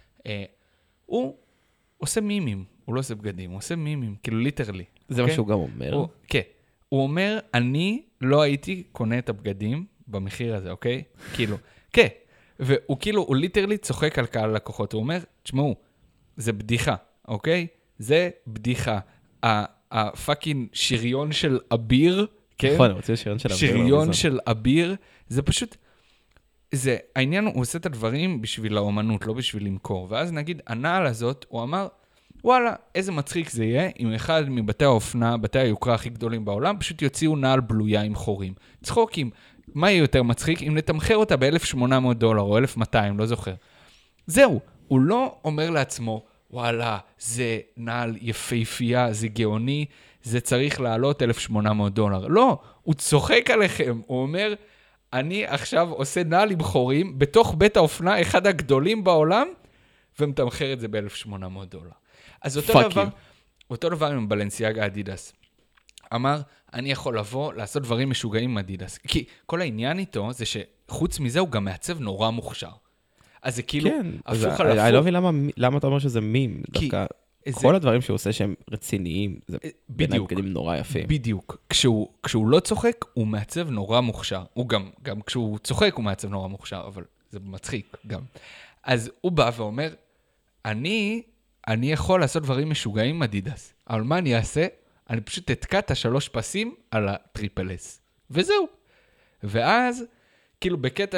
הוא עושה מימים, הוא לא עושה בגדים, הוא עושה מימים, כאילו ליטרלי. זה מה שהוא גם אומר. כן. הוא אומר, אני לא הייתי קונה את הבגדים במחיר הזה, אוקיי? כאילו, כן. והוא כאילו, הוא ליטרלי צוחק על קהל לקוחות. הוא אומר, תשמעו, זה בדיחה, אוקיי? זה בדיחה. הפאקינג שריון של אביר, כן? נכון, הוא רוצה שריון של אביר. שריון של אביר, זה פשוט, זה, העניין הוא עושה את הדברים בשביל האומנות, לא בשביל למכור. ואז נגיד, הנעל הזאת, הוא אמר, וואלה, איזה מצחיק זה יהיה, אם אחד מבתי האופנה, בתי היוקרה הכי גדולים בעולם, פשוט יוציאו נעל בלויה עם חורים. צחוקים, מה יהיה יותר מצחיק? אם נתמחר אותה $1,800 או 1,200, לא זוכר. זהו, הוא לא אומר לעצמו, וואלה, זה נעל יפהפייה, זה גאוני, זה צריך לעלות $1,800. לא, הוא צוחק עליכם, הוא אומר, אני עכשיו עושה נעל עם חורים, בתוך בית האופנה, אחד הגדולים בעולם, ומתמחר את זה $1,800. אז אותו דבר עם בלנסיאגה אדידס. אמר, אני יכול לבוא, לעשות דברים משוגעים עם אדידס. כי כל העניין איתו זה שחוץ מזה הוא גם מעצב נורא מוכשר. אז זה כאילו הפוך על הפוך. אני לא מבין למה אתה אומר שזה מים. דווקא כל הדברים שהוא עושה שהם רציניים, זה בעיניי בגדים נורא יפים. בדיוק. כשהוא לא צוחק, הוא מעצב נורא מוכשר. הוא גם כשהוא צוחק הוא מעצב נורא מוכשר, אבל זה מצחיק גם. אז הוא בא ואומר, אני יכול לעשות דברים משוגעים עם אדידס, אבל מה אני אעשה? אני פשוט אתקע את 3 פסים על הטריפל אס. וזהו. ואז, כאילו בקטע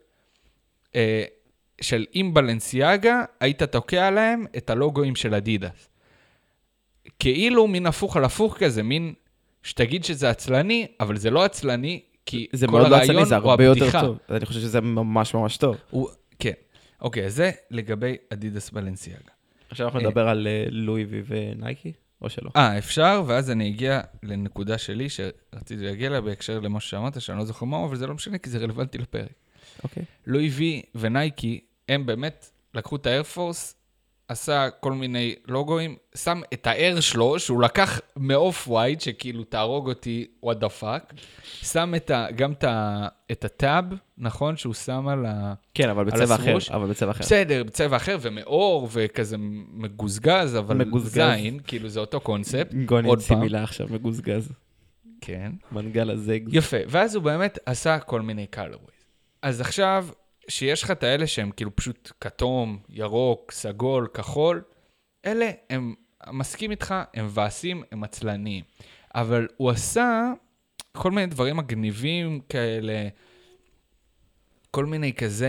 של עם בלנסיאגה, היית תוקע להם את הלוגוים של אדידס. כאילו מין הפוך על הפוך כזה, מין שתגיד שזה עצלני, אבל זה לא עצלני, כי זה כל הרעיון עצלני, זה הוא הרבה הבדיחה. יותר טוב. אני חושב שזה ממש ממש טוב. כן. אוקיי, אז זה לגבי אדידס בלנסיאגה. עכשיו אנחנו נדבר על לואי וי ונייקי, או שלא? אפשר, ואז אני אגיע לנקודה שלי, שרציתי להגיע לה בהקשר למה שאמרת, שאני לא זוכר מהו, אבל זה לא משנה, כי זה רלוונטי לפרק. אוקיי. לואי וי ונייקי, הם באמת לקחו את האיירפורס, עשה כל מיני לוגוים, שם את האייר שלו, שהוא לקח מאוף ווייט, שכאילו תהרוג אותי, what the fuck, שם גם את הטאב, נכון? שהוא שם על כן, אבל בצבע אחר, בסדר, בצבע אחר, ומאור, וכזה מגוזגז, אבל זין, כאילו זה אותו קונספט. גוני נציא מילה עכשיו, מגוזגז. כן. מנגל הזג. יפה, ואז הוא באמת עשה כל מיני colorways. אז עכשיו, שיש לך את האלה שהם כאילו פשוט כתום, ירוק, סגול, כחול, אלה הם מסכים איתך, הם ועשים, הם עצלניים. אבל הוא עשה כל מיני דברים מגניבים כאלה, כל מיני כזה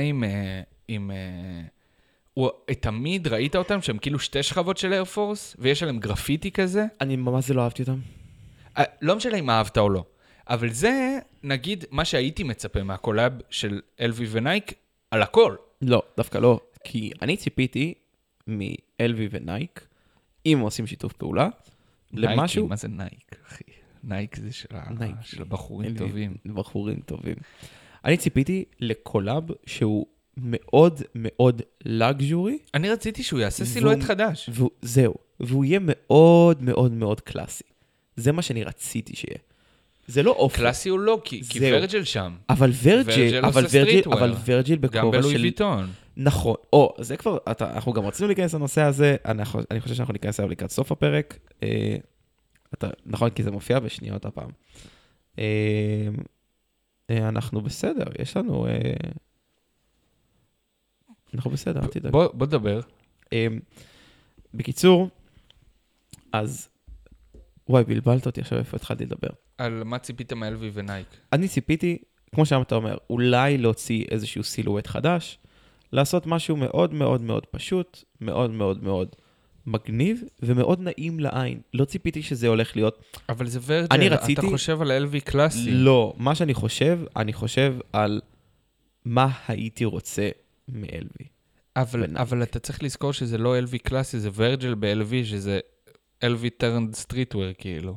הוא תמיד ראית אותם שהם כאילו 2 שכבות של איירפורס, ויש עליהם גרפיטי כזה. אני ממש לא אהבתי אותם. לא משנה אם אהבת או לא. אבל זה, נגיד, מה שהייתי מצפה מהקולאב של אלווי ונייק, על הכל. לא, דווקא לא. כי אני ציפיתי מאלווי ונייק, אם עושים שיתוף פעולה, למשהו... נייקי, מה זה נייק, אחי? נייק זה של הבחורים טובים. בחורים טובים. אני ציפיתי לקולאב שהוא מאוד מאוד לג'ורי. אני רציתי שהוא יעשה סילואט חדש. זהו. והוא יהיה מאוד מאוד מאוד קלאסי. זה מה שאני רציתי שיהיה. זה לא אופן. קלאסי הוא לא, כי ורג'ל שם. אבל ורג'ל בכובע של... גם בלואי ויטון. נכון. זה כבר, אנחנו גם רצינו להיכנס לנושא הזה, אני חושב שאנחנו ניכנס אליו לקראת סוף הפרק. נכון, כי זה מופיע בשניות הפעם. אנחנו בסדר, יש לנו... אנחנו בסדר, אל תדאג. בוא נדבר. בקיצור, אז... וואי, בלבלת אותי עכשיו איפה התחלתי לדבר. על מה ציפית מאלווי ונייק? אני ציפיתי, כמו שאתה אומר, אולי להוציא איזשהו סילואט חדש, לעשות משהו מאוד מאוד מאוד פשוט, מאוד מאוד מאוד מגניב, ומאוד נעים לעין. לא ציפיתי שזה הולך להיות... אבל זה ורג'ל, אתה חושב על LV קלאסי. לא, מה שאני חושב, אני חושב על מה הייתי רוצה מ-LV. אבל אתה צריך לזכור שזה לא LV קלאסי, זה ורג'ל ב-LV, שזה LV turned streetwear, כאילו.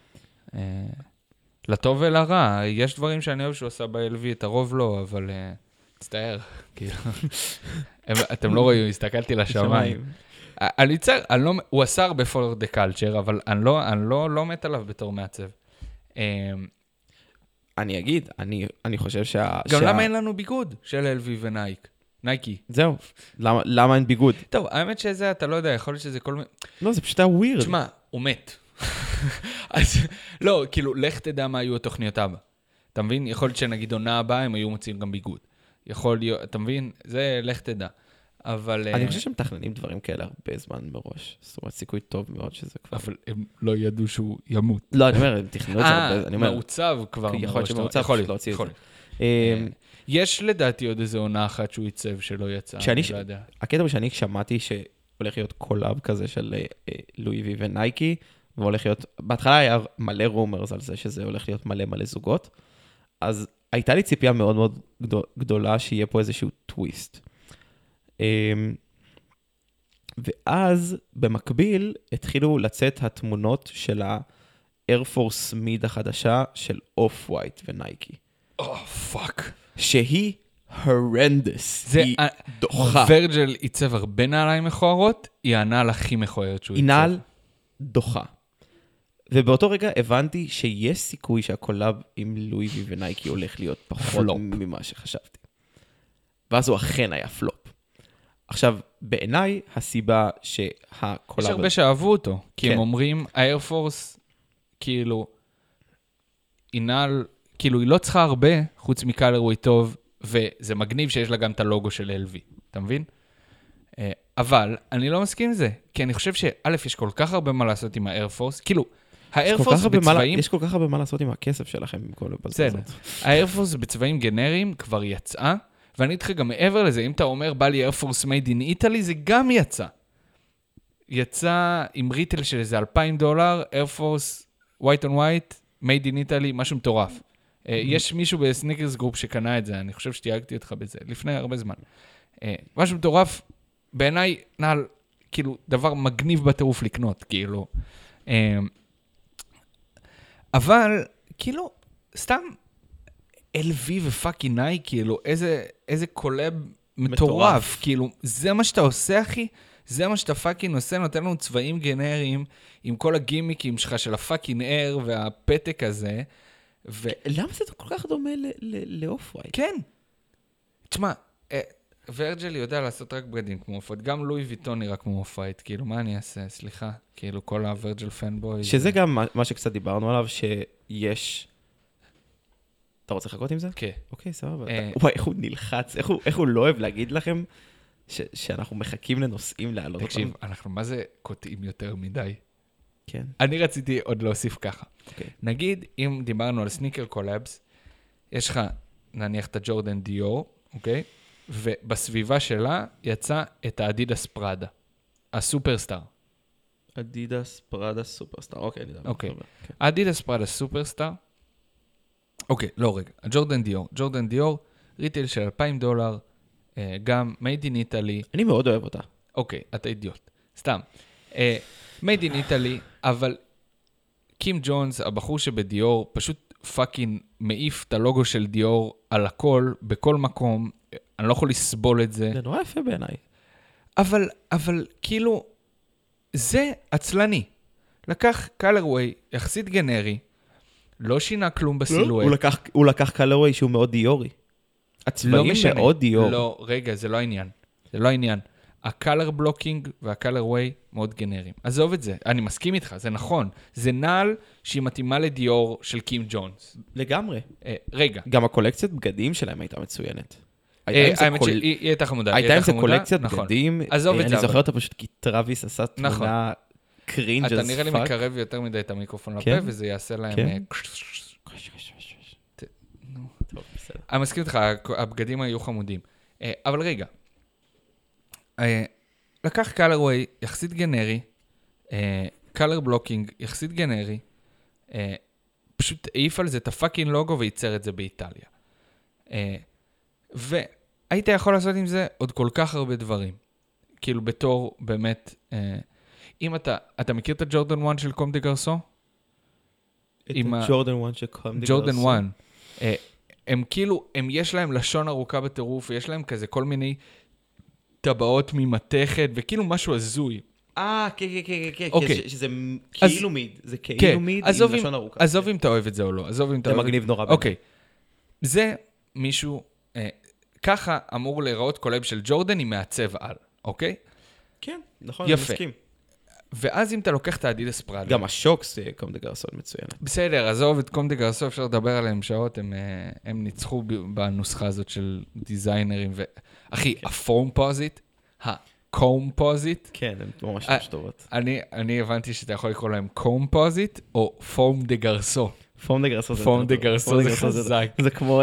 לטוב ולרע, יש דברים שאני אוהב שהוא עושה ב-LV, את הרוב לא, אבל תצטער, כאילו. אתם לא רואים, הסתכלתי לשמיים. הוא עשה הרבה for the culture, אבל אני לא מת עליו בתור מעצב. אני אגיד, אני חושב גם למה אין לנו ביגוד של LV ונייק? נייקי. זהו, למה אין ביגוד? טוב, האמת שזה, אתה לא יודע, יכול להיות שזה כל מיני... לא, זה פשוט היה ווירד. תשמע, הוא מת. אז, לא, כאילו, לך תדע מה היו התוכניות הבא. אתה מבין? יכול להיות שנגיד עונה הבאה, הם היו מוצאים גם ביגוד. יכול להיות, אתה מבין? זה לך תדע. אבל... אני חושב שהם מתכננים דברים כאלה הרבה זמן מראש. זאת אומרת, סיכוי טוב מאוד שזה כבר... אבל הם לא ידעו שהוא ימות. לא, אני אומר, הם תכננו את זה הרבה... מעוצב כבר. יכול להיות שמעוצב, פשוט להוציא את זה. יש לדעתי עוד איזו עונה אחת שהוא ייצב שלא יצא, אני לא יודע. הקטע הוא שאני שמעתי שהולך להיות קולאב כזה של לואי וי ונייקי, והולך להיות, בהתחלה היה מלא רומרס על זה שזה הולך להיות מלא זוגות, אז הייתה לי ציפייה מאוד מאוד גדולה שיהיה פה איזשהו טוויסט. ואז במקביל התחילו לצאת התמונות של ה-Air Force Mid החדשה של Off-White ונייקי. פאק. שהיא horrendous, היא דוחה. ורג'ל ייצב הרבה נעליים מכוערות, היא הנעל הכי מכוערת שהוא ייצב. היא נעל דוחה. ובאותו רגע הבנתי שיש סיכוי שהקולאב עם לואי וי ונייקי הולך להיות פחות ממה שחשבתי. ואז הוא אכן היה פלופ. עכשיו, בעיניי, הסיבה שהקולאב... יש הרבה שאהבו אותו, כי הם אומרים, ה-Air Force, כאילו, היא נעל... כאילו, היא לא צריכה הרבה, חוץ מקלרווי טוב, וזה מגניב שיש לה גם את הלוגו של LV, אתה מבין? אבל אני לא מסכים עם זה, כי אני חושב שא', יש כל כך הרבה מה לעשות עם ה-Air Force, כאילו, ה-Air Force בצבעים... יש כל כך הרבה מה לעשות עם הכסף שלכם, עם כל הבזבז הזאת. ה-Air Force בצבעים גנריים כבר יצאה, ואני איתך גם מעבר לזה, אם אתה אומר, בא לי Air Force Made in Italy, זה גם יצא. יצא עם ריטל של איזה $2,000, Air Force White on White, Made in Italy, משהו מטורף. יש מישהו בסניקרס גרופ שקנה את זה, אני חושב שתייגתי אותך בזה, לפני הרבה זמן. משהו מטורף, בעיניי נעל, כאילו, דבר מגניב בטירוף לקנות, כאילו. אבל, כאילו, סתם, LV ופאקי ניי, כאילו, איזה קולב מטורף, כאילו, זה מה שאתה עושה, אחי? זה מה שאתה פאקינג עושה, נותן לנו צבעים גנריים, עם כל הגימיקים שלך של הפאקינג אר והפתק הזה, למה זה כל כך דומה לאוף-ווייט? כן. תשמע, ורג'ל יודע לעשות רק בגדים כמו אוף-ווייט, גם לואי ויטון נראה כמו אוף-ווייט, כאילו, מה אני אעשה? סליחה, כאילו, כל הוורג'ל פנבוי. שזה גם מה שקצת דיברנו עליו, שיש... אתה רוצה לחכות עם זה? כן. אוקיי, סבבה. וואי, איך הוא נלחץ, איך הוא לא אוהב להגיד לכם שאנחנו מחכים לנושאים לעלות אותם. תקשיב, אנחנו מה זה קוטעים יותר מדי? כן. אני רציתי עוד להוסיף ככה. נגיד, אם דיברנו על סניקר קולאבס, יש לך, נניח את הג'ורדן דיור, אוקיי? ובסביבה שלה יצא את האדידס פראדה, הסופרסטאר. אדידס פראדה סופרסטאר, אוקיי, אני יודע. אוקיי. האדידס פראדה סופרסטאר, אוקיי, לא רגע, ג'ורדן דיור, ריטייל של $2,000, גם made in Italy. אני מאוד אוהב אותה. אוקיי, אתה אידיוט. סתם. made in Italy, אבל קים ג'ונס, הבחור שבדיור, פשוט פאקינג מעיף את הלוגו של דיור על הכל, בכל מקום. אני לא יכול לסבול את זה. זה נורא יפה בעיניי. אבל כאילו, זה עצלני. לקח קלרווי, יחסית גנרי, לא שינה כלום בסילואט. הוא לקח קלרווי שהוא מאוד דיורי. הצבעים מאוד דיור. לא, רגע, זה לא העניין. זה לא העניין. הקלר בלוקינג והקלר ווי מאוד גנריים. עזוב את זה, אני מסכים איתך, זה נכון. זה נעל שהיא מתאימה לדיור של קים ג'ונס. לגמרי. רגע. גם הקולקציית בגדים שלהם הייתה מצוינת. האמת שהיא הייתה חמודה. הייתה עם זה קולקציית בגדים. עזוב את זה. אני זוכר אותה פשוט כי טרוויס עשה תמונה קרינג' אתה נראה לי מקרב יותר מדי את המיקרופון לפה, וזה יעשה להם... אני מסכים איתך, הבגדים היו חמודים. אבל רגע, לקח קלרווי יחסית גנרי, קלר בלוקינג יחסית גנרי, פשוט העיף על זה את הפאקינג לוגו וייצר את זה באיטליה. והיית יכול לעשות עם זה עוד כל כך הרבה דברים. כאילו בתור באמת, אם אתה מכיר את הג'ורדן 1 של קום דה גרסו? את הג'ורדן 1 של קום דה גרסו? ג'ורדן 1. הם כאילו, יש להם לשון ארוכה בטירוף, ויש להם כזה כל מיני טבעות ממתכת, וכאילו משהו הזוי. כן, שזה כאילו מיד, זה כאילו מיד עם לשון ארוכה. עזוב אם אתה אוהב את זה או לא, עזוב אם אתה זה אוהב את זה. מגניב נורא. אוקיי, זה מישהו, ככה אמור להיראות קולב של ג'ורדן עם מעצב על, אוקיי? כן, נכון, אני מסכים. ואז אם אתה לוקח את האדידס פראדה. גם השוקס קום דה גרסו מצוין. בסדר, עזוב את קום דה גרסו, אפשר לדבר עליהם שעות, הם ניצחו בנוסחה הזאת של דיזיינרים, אחי, הפורמפוזיט, הקומפוזיט. כן, הן ממש ממש טובות. אני הבנתי שאתה יכול לקרוא להם קומפוזיט, או פורם דה גרסו. פורם דה גרסו זה פורם דה גרסו זה חזק. זה כמו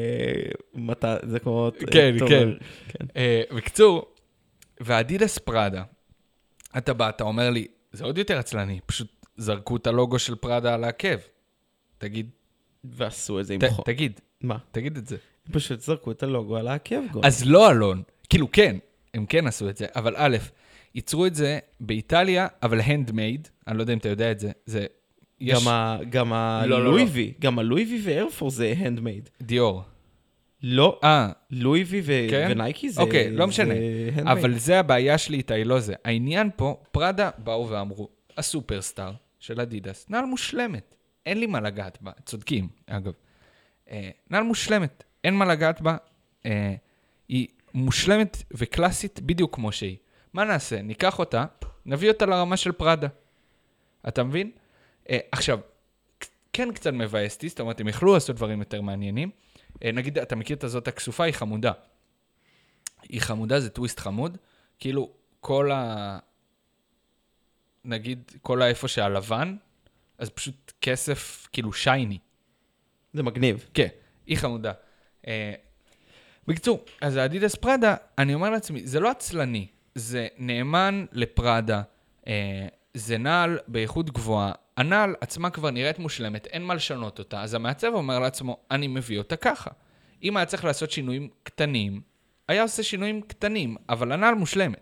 זה כמו כן, כן. בקצור, והאדידס פראדה, אתה בא, אתה אומר לי, זה עוד יותר עצלני, פשוט זרקו את הלוגו של פראדה על העקב. תגיד. ועשו את זה עם חוק. תגיד. מה? תגיד את זה. פשוט זרקו את הלוגו על העקב. אז לא אלון. כאילו כן, הם כן עשו את זה, אבל א', ייצרו את זה באיטליה, אבל handmade, אני לא יודע אם אתה יודע את זה, זה... גם הלואי וי, גם הלואי וי ואיירפורס זה handmade. דיור. לא, לואי וי ונייקי זה... אוקיי, לא משנה. אבל זה הבעיה שלי איתה, היא לא זה. העניין פה, פראדה באו ואמרו, הסופרסטאר של אדידס, נעל מושלמת. אין לי מה לגעת בה, צודקים, אגב. נעל מושלמת, אין מה לגעת בה. היא מושלמת וקלאסית בדיוק כמו שהיא. מה נעשה? ניקח אותה, נביא אותה לרמה של פראדה. אתה מבין? עכשיו, כן קצת מבאסתי, זאת אומרת, הם יכלו לעשות דברים יותר מעניינים. נגיד, אתה מכיר את הזאת הכסופה, היא חמודה. היא חמודה, זה טוויסט חמוד. כאילו, נגיד, כל האיפה שהלבן, אז פשוט כסף, כאילו, שייני. זה מגניב. כן, היא חמודה. בקיצור, אז האדידס פראדה, אני אומר לעצמי, זה לא עצלני, זה נאמן לפראדה, זה נעל באיכות גבוהה, הנעל עצמה כבר נראית מושלמת, אין מה לשנות אותה, אז המעצב אומר לעצמו, אני מביא אותה ככה. אם היה צריך לעשות שינויים קטנים, היה עושה שינויים קטנים, אבל הנעל מושלמת.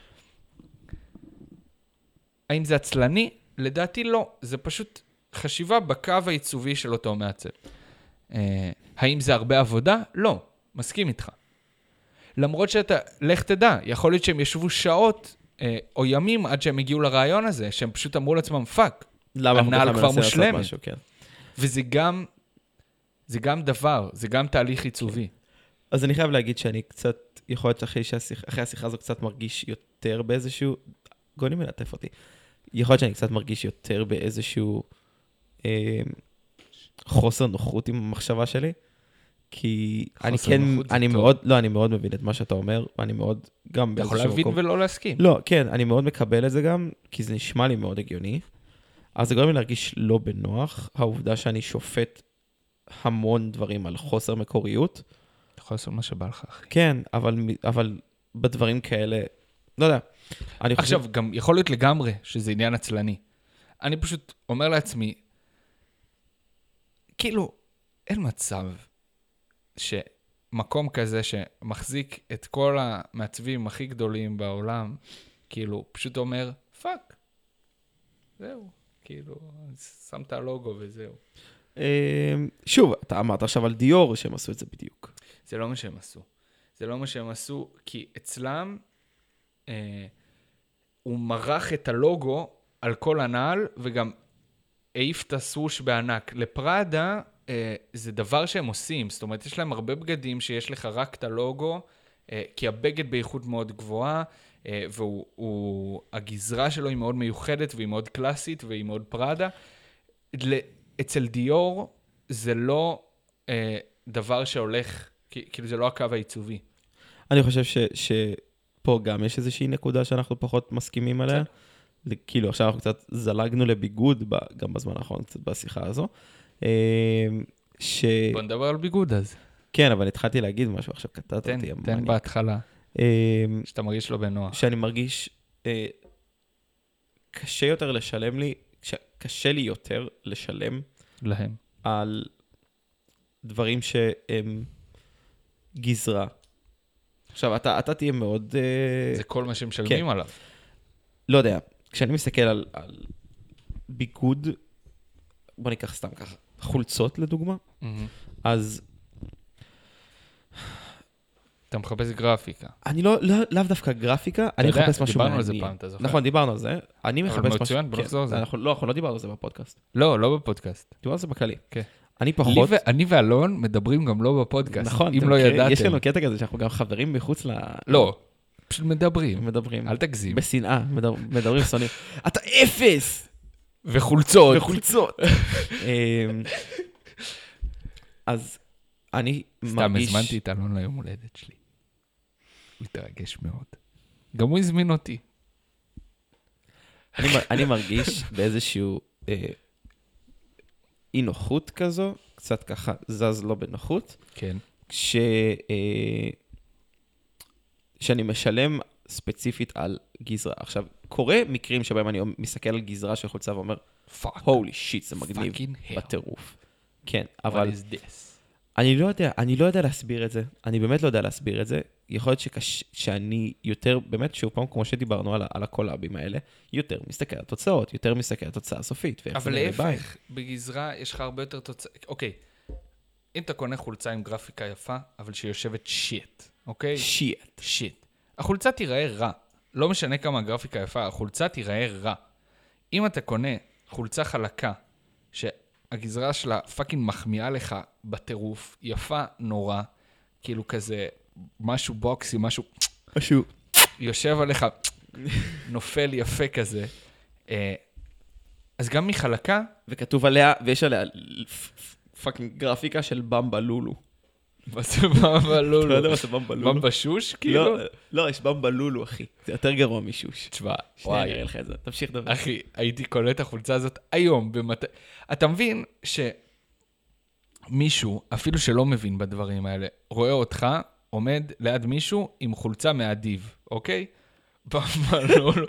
האם זה עצלני? לדעתי לא, זה פשוט חשיבה בקו העיצובי של אותו מעצב. האם זה הרבה עבודה? לא, מסכים איתך. למרות שאתה, לך תדע, יכול להיות שהם ישבו שעות או ימים עד שהם הגיעו לרעיון הזה, שהם פשוט אמרו לעצמם, פאק, הנעל כבר מושלמת. משהו, כן. וזה גם דבר, זה גם תהליך עיצובי. אז אני חייב להגיד שאני קצת, יכול להיות אחרי השיחה הזו קצת מרגיש יותר באיזשהו, גוני מלטף אותי, יכול להיות שאני קצת מרגיש יותר באיזשהו חוסר נוחות עם המחשבה שלי, כי אני מאוד מבין את מה שאתה אומר, ואני מאוד גם אתה יכול להבין ולא להסכים. לא, כן, אני מאוד מקבל את זה גם, כי זה נשמע לי מאוד הגיוני, אז זה גורם לי להרגיש לא בנוח, העובדה שאני שופט המון דברים על חוסר מקוריות. אתה יכול לעשות מה שבא לך, אחי. כן, אבל בדברים כאלה, לא יודע. עכשיו, גם יכול להיות לגמרי שזה עניין עצלני. אני פשוט אומר לעצמי, כאילו, אין מצב שמקום כזה שמחזיק את כל המעצבים הכי גדולים בעולם, כאילו, פשוט אומר, פאק. זהו. כאילו, שמת הלוגו וזהו. שוב, אתה אמרת עכשיו על דיור שהם עשו את זה בדיוק. זה לא מה שהם עשו. זה לא מה שהם עשו, כי אצלם הוא מרח את הלוגו על כל הנעל, וגם העיף את הסווש בענק. לפראדה זה דבר שהם עושים, זאת אומרת, יש להם הרבה בגדים שיש לך רק את הלוגו, כי הבגד באיכות מאוד גבוהה, הגזרה שלו היא מאוד מיוחדת, והיא מאוד קלאסית, והיא מאוד פראדה. אצל דיור זה לא דבר שהולך, כאילו זה לא הקו העיצובי. אני חושב שפה גם יש איזושהי נקודה שאנחנו פחות מסכימים עליה. כאילו עכשיו אנחנו קצת זלגנו לביגוד, גם בזמן האחרון קצת בשיחה הזו. בוא נדבר על ביגוד אז. כן, אבל התחלתי להגיד משהו, עכשיו קטעת אותי. תן בהתחלה. שאתה מרגיש לא בנוח. שאני מרגיש קשה יותר לשלם לי, קשה לי יותר לשלם להם. על דברים שהם גזרה. עכשיו, אתה תהיה מאוד... זה כל מה שמשלמים כן. עליו. לא יודע, כשאני מסתכל על ביגוד, בוא ניקח סתם ככה, חולצות לדוגמה, אז אתה מחפש גרפיקה. אני לאו דווקא גרפיקה, אני מחפש משהו מעניין. דיברנו על זה פעם, אתה זוכר? נכון, דיברנו על זה. אני מחפש משהו... אבל מצוין, בוא נחזור על זה. אנחנו לא דיברנו על זה בפודקאסט. לא בפודקאסט. דיברנו על זה בכללי. כן. אני פחות... אני ואלון מדברים גם לא בפודקאסט. נכון, אם לא ידעתם. יש לנו קטע כזה שאנחנו גם חברים מחוץ ל... לא, פשוט מדברים. מדברים. אל תגזים. בשנאה, מדברים שונאים. אתה אפס! וחולצות. וחולצות. אז אני סתם מרגיש... הזמנתי את אלון ליום הולדת שלי. הוא התרגש מאוד. גם הוא הזמין אותי. אני מרגיש באיזשהו אי נוחות כזו, קצת ככה זז לא בנוחות, כן. שאני משלם ספציפית על גזרה. עכשיו, קורה מקרים שבהם אני מסתכל על גזרה של חולצה ואומר, holy shit, זה מגניב בטירוף. כן, אבל... What is this? אני לא יודע להסביר את זה. אני באמת לא יודע להסביר את זה. יכול להיות שאני יותר, באמת, שוב פעם, כמו שדיברנו על הקולאבים האלה, יותר מסתכל על תוצאות, יותר מסתכל על תוצאה סופית. אבל להפך, בגזרה יש לך הרבה יותר תוצאה. אוקיי, אם אתה קונה חולצה עם גרפיקה יפה, אבל שיושבת שיט, אוקיי? שיט. החולצה תיראה רע. לא משנה כמה הגרפיקה יפה, החולצה תיראה רע. אם אתה קונה חולצה חלקה, שהגזרה שלה פאקינג מחמיאה לך בטירוף, יפה נורא, כאילו כזה משהו בוקסי, משהו יושב עליך, נופל יפה כזה, אז גם מחלקה, וכתוב עליה, ויש עליה פאקינג גרפיקה של במבה לולו. מה זה במבה לולו? אתה לא יודע מה זה במבה לולו? במבה שוש, כאילו? לא, יש במבה לולו, אחי. זה יותר גרוע משוש. תשמע, שנייה, אני אראה לך את זה. תמשיך דבר. אחי, הייתי קולט את החולצה הזאת היום. אתה מבין שמישהו, אפילו שלא מבין בדברים האלה, רואה אותך עומד ליד מישהו עם חולצה מהדיב, אוקיי? במבה לולו.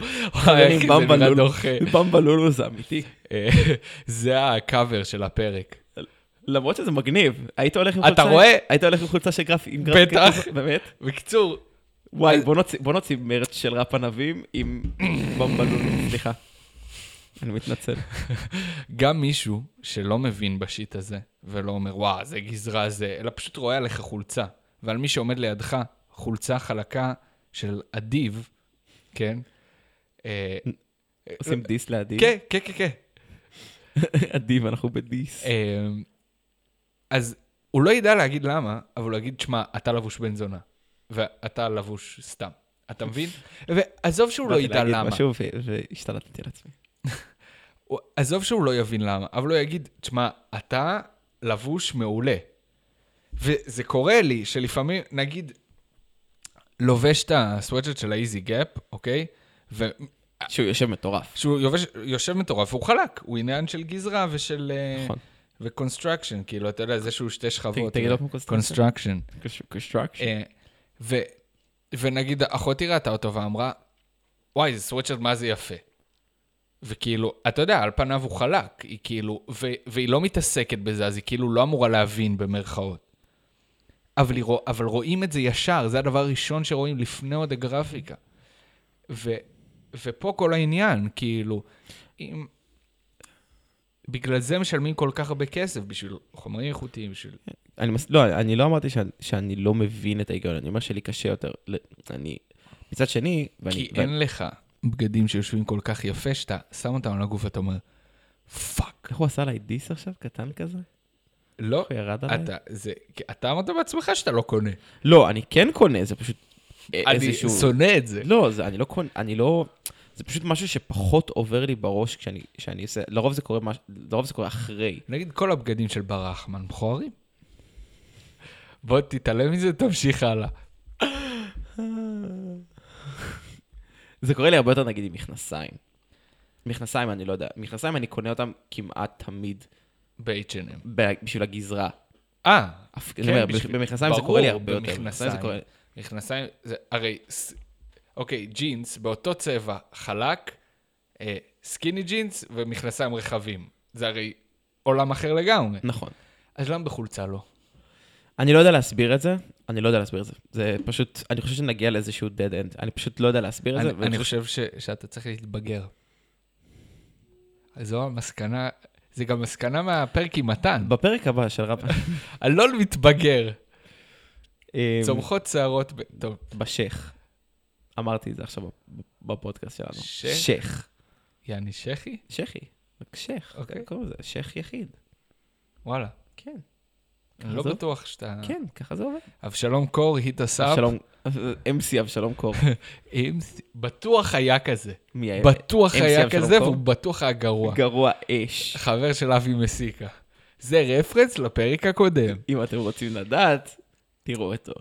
במבה לולו זה אמיתי. זה הקאבר של הפרק. למרות שזה מגניב. היית הולך עם חולצה... אתה רואה? היית הולך עם חולצה של גרפיקה. בטח. באמת? בקיצור. וואי, בוא נוציא מרץ של ראפ ענבים עם במבה לולו. סליחה. אני מתנצל. גם מישהו שלא מבין בשיט הזה, ולא אומר, וואו, זה גזרה זה, אלא פשוט רואה עליך חולצה. ועל מי שעומד לידך, חולצה חלקה של אדיב, כן? עושים דיס לאדיב? כן. אדיב, אנחנו בדיס. אז הוא לא ידע להגיד למה, אבל הוא יגיד, שמע, אתה לבוש בן זונה, ואתה לבוש סתם. אתה מבין? ועזוב שהוא לא ידע למה. באתי להגיד משהו והשתלטתי על עצמי. עזוב שהוא לא יבין למה, אבל הוא יגיד, תשמע, אתה לבוש מעולה. וזה קורה לי שלפעמים, נגיד, לובש את הסוואטשרט של האיזי גאפ, אוקיי? שהוא יושב מטורף. שהוא יושב מטורף, והוא חלק. הוא עניין של גזרה ושל... נכון. וקונסטרקשן, כאילו, אתה יודע, זה שהוא שתי שכבות. תגיד עוד קונסטרקשן. קונסטרקשן. ונגיד, אחותי ראתה אותו ואמרה, וואי, זה סוואטשרט, מה זה יפה. וכאילו, אתה יודע, על פניו הוא חלק, היא כאילו, והיא לא מתעסקת בזה, אז היא כאילו לא אמורה להבין במרכאות. אבל רואים את זה ישר, זה הדבר הראשון שרואים לפני עוד הגרפיקה. ופה כל העניין, כאילו, בגלל זה משלמים כל כך הרבה כסף, בשביל חומרים איכותיים, בשביל... אני לא אמרתי שאני לא מבין את ההיגיון, אני אומר שלי קשה יותר. מצד שני... כי אין לך בגדים שיושבים כל כך יפה, שאתה שם אותם על הגוף, אתה אומר, פאק. איך הוא עשה עליי דיס עכשיו, קטן כזה? לא, אתה אמרת בעצמך שאתה לא קונה. לא, אני כן קונה, זה פשוט אני שונא את זה. לא, אני לא... זה פשוט משהו שפחות עובר לי בראש כשאני עושה... לרוב זה קורה אחרי. נגיד כל הבגדים של בר רחמן מכוערים. בוא תתעלם מזה, תמשיך הלאה. זה קורה לי הרבה יותר נגיד עם מכנסיים. מכנסיים אני לא יודע. מכנסיים אני קונה אותם כמעט תמיד. ב-H&M. בשביל הגזרה. כן, במכנסיים זה קורה לי הרבה יותר. מכנסיים, זה, הרי, אוקיי, ג'ינס באותו צבע חלק, סקיני ג'ינס ומכנסיים רחבים. זה הרי עולם אחר לגמרי. נכון. אז למה בחולצה לא? אני לא יודע להסביר את זה, זה פשוט, אני חושב שנגיע לאיזשהו dead end, אני פשוט לא יודע להסביר את זה. אני חושב שאתה צריך להתבגר. זו המסקנה, זה גם מסקנה מהפרק עם מתן. בפרק הבא של רב... אני לא מתבגר. צומחות שערות, טוב. בשך. אמרתי את זה עכשיו בפודקאסט שלנו. שך. יעני שכי? שכי. שך. אוקיי. קוראים לזה, שך יחיד. וואלה. כן. אני לא בטוח שאתה... כן, ככה זה עובד. אבשלום קור, היט אסאפ. MC אבשלום קור. בטוח היה כזה. מי היה? בטוח היה כזה, והוא בטוח היה גרוע. גרוע אש. חבר של אבי מסיקה. זה רפרנס לפרק הקודם. אם אתם רוצים לדעת, תראו אותו.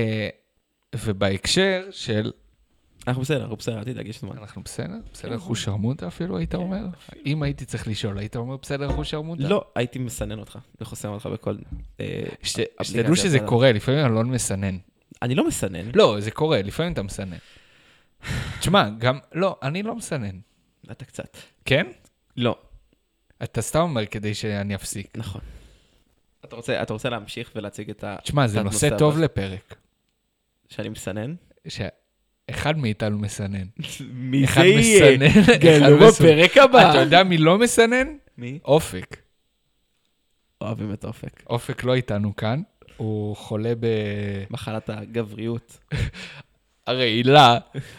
ובהקשר של... אנחנו בסדר, אל תדאג, יש זמן. אנחנו בסדר? בסדר אחוז שרמוטה אפילו, היית אומר? אם הייתי צריך לשאול, היית אומר בסדר אחוז שרמוטה? לא, הייתי מסנן אותך, וחוסם אותך בכל... שתדעו שזה קורה, לפעמים אני לא מסנן. אני לא מסנן. לא, זה קורה, לפעמים אתה מסנן. תשמע, גם... לא, אני לא מסנן. אתה קצת. כן? לא. אתה סתם אומר כדי שאני אפסיק. נכון. אתה רוצה להמשיך ולהציג את ה... תשמע, זה נושא טוב לפרק. שאני מסנן? אחד מאיתנו מסנן. מי זה יהיה? גלו בפרק הבא. אתה יודע מי לא מסנן? מי? אופק. אוהבים את אופק. אופק לא איתנו כאן, הוא חולה מחלת הגבריות. הרעילה.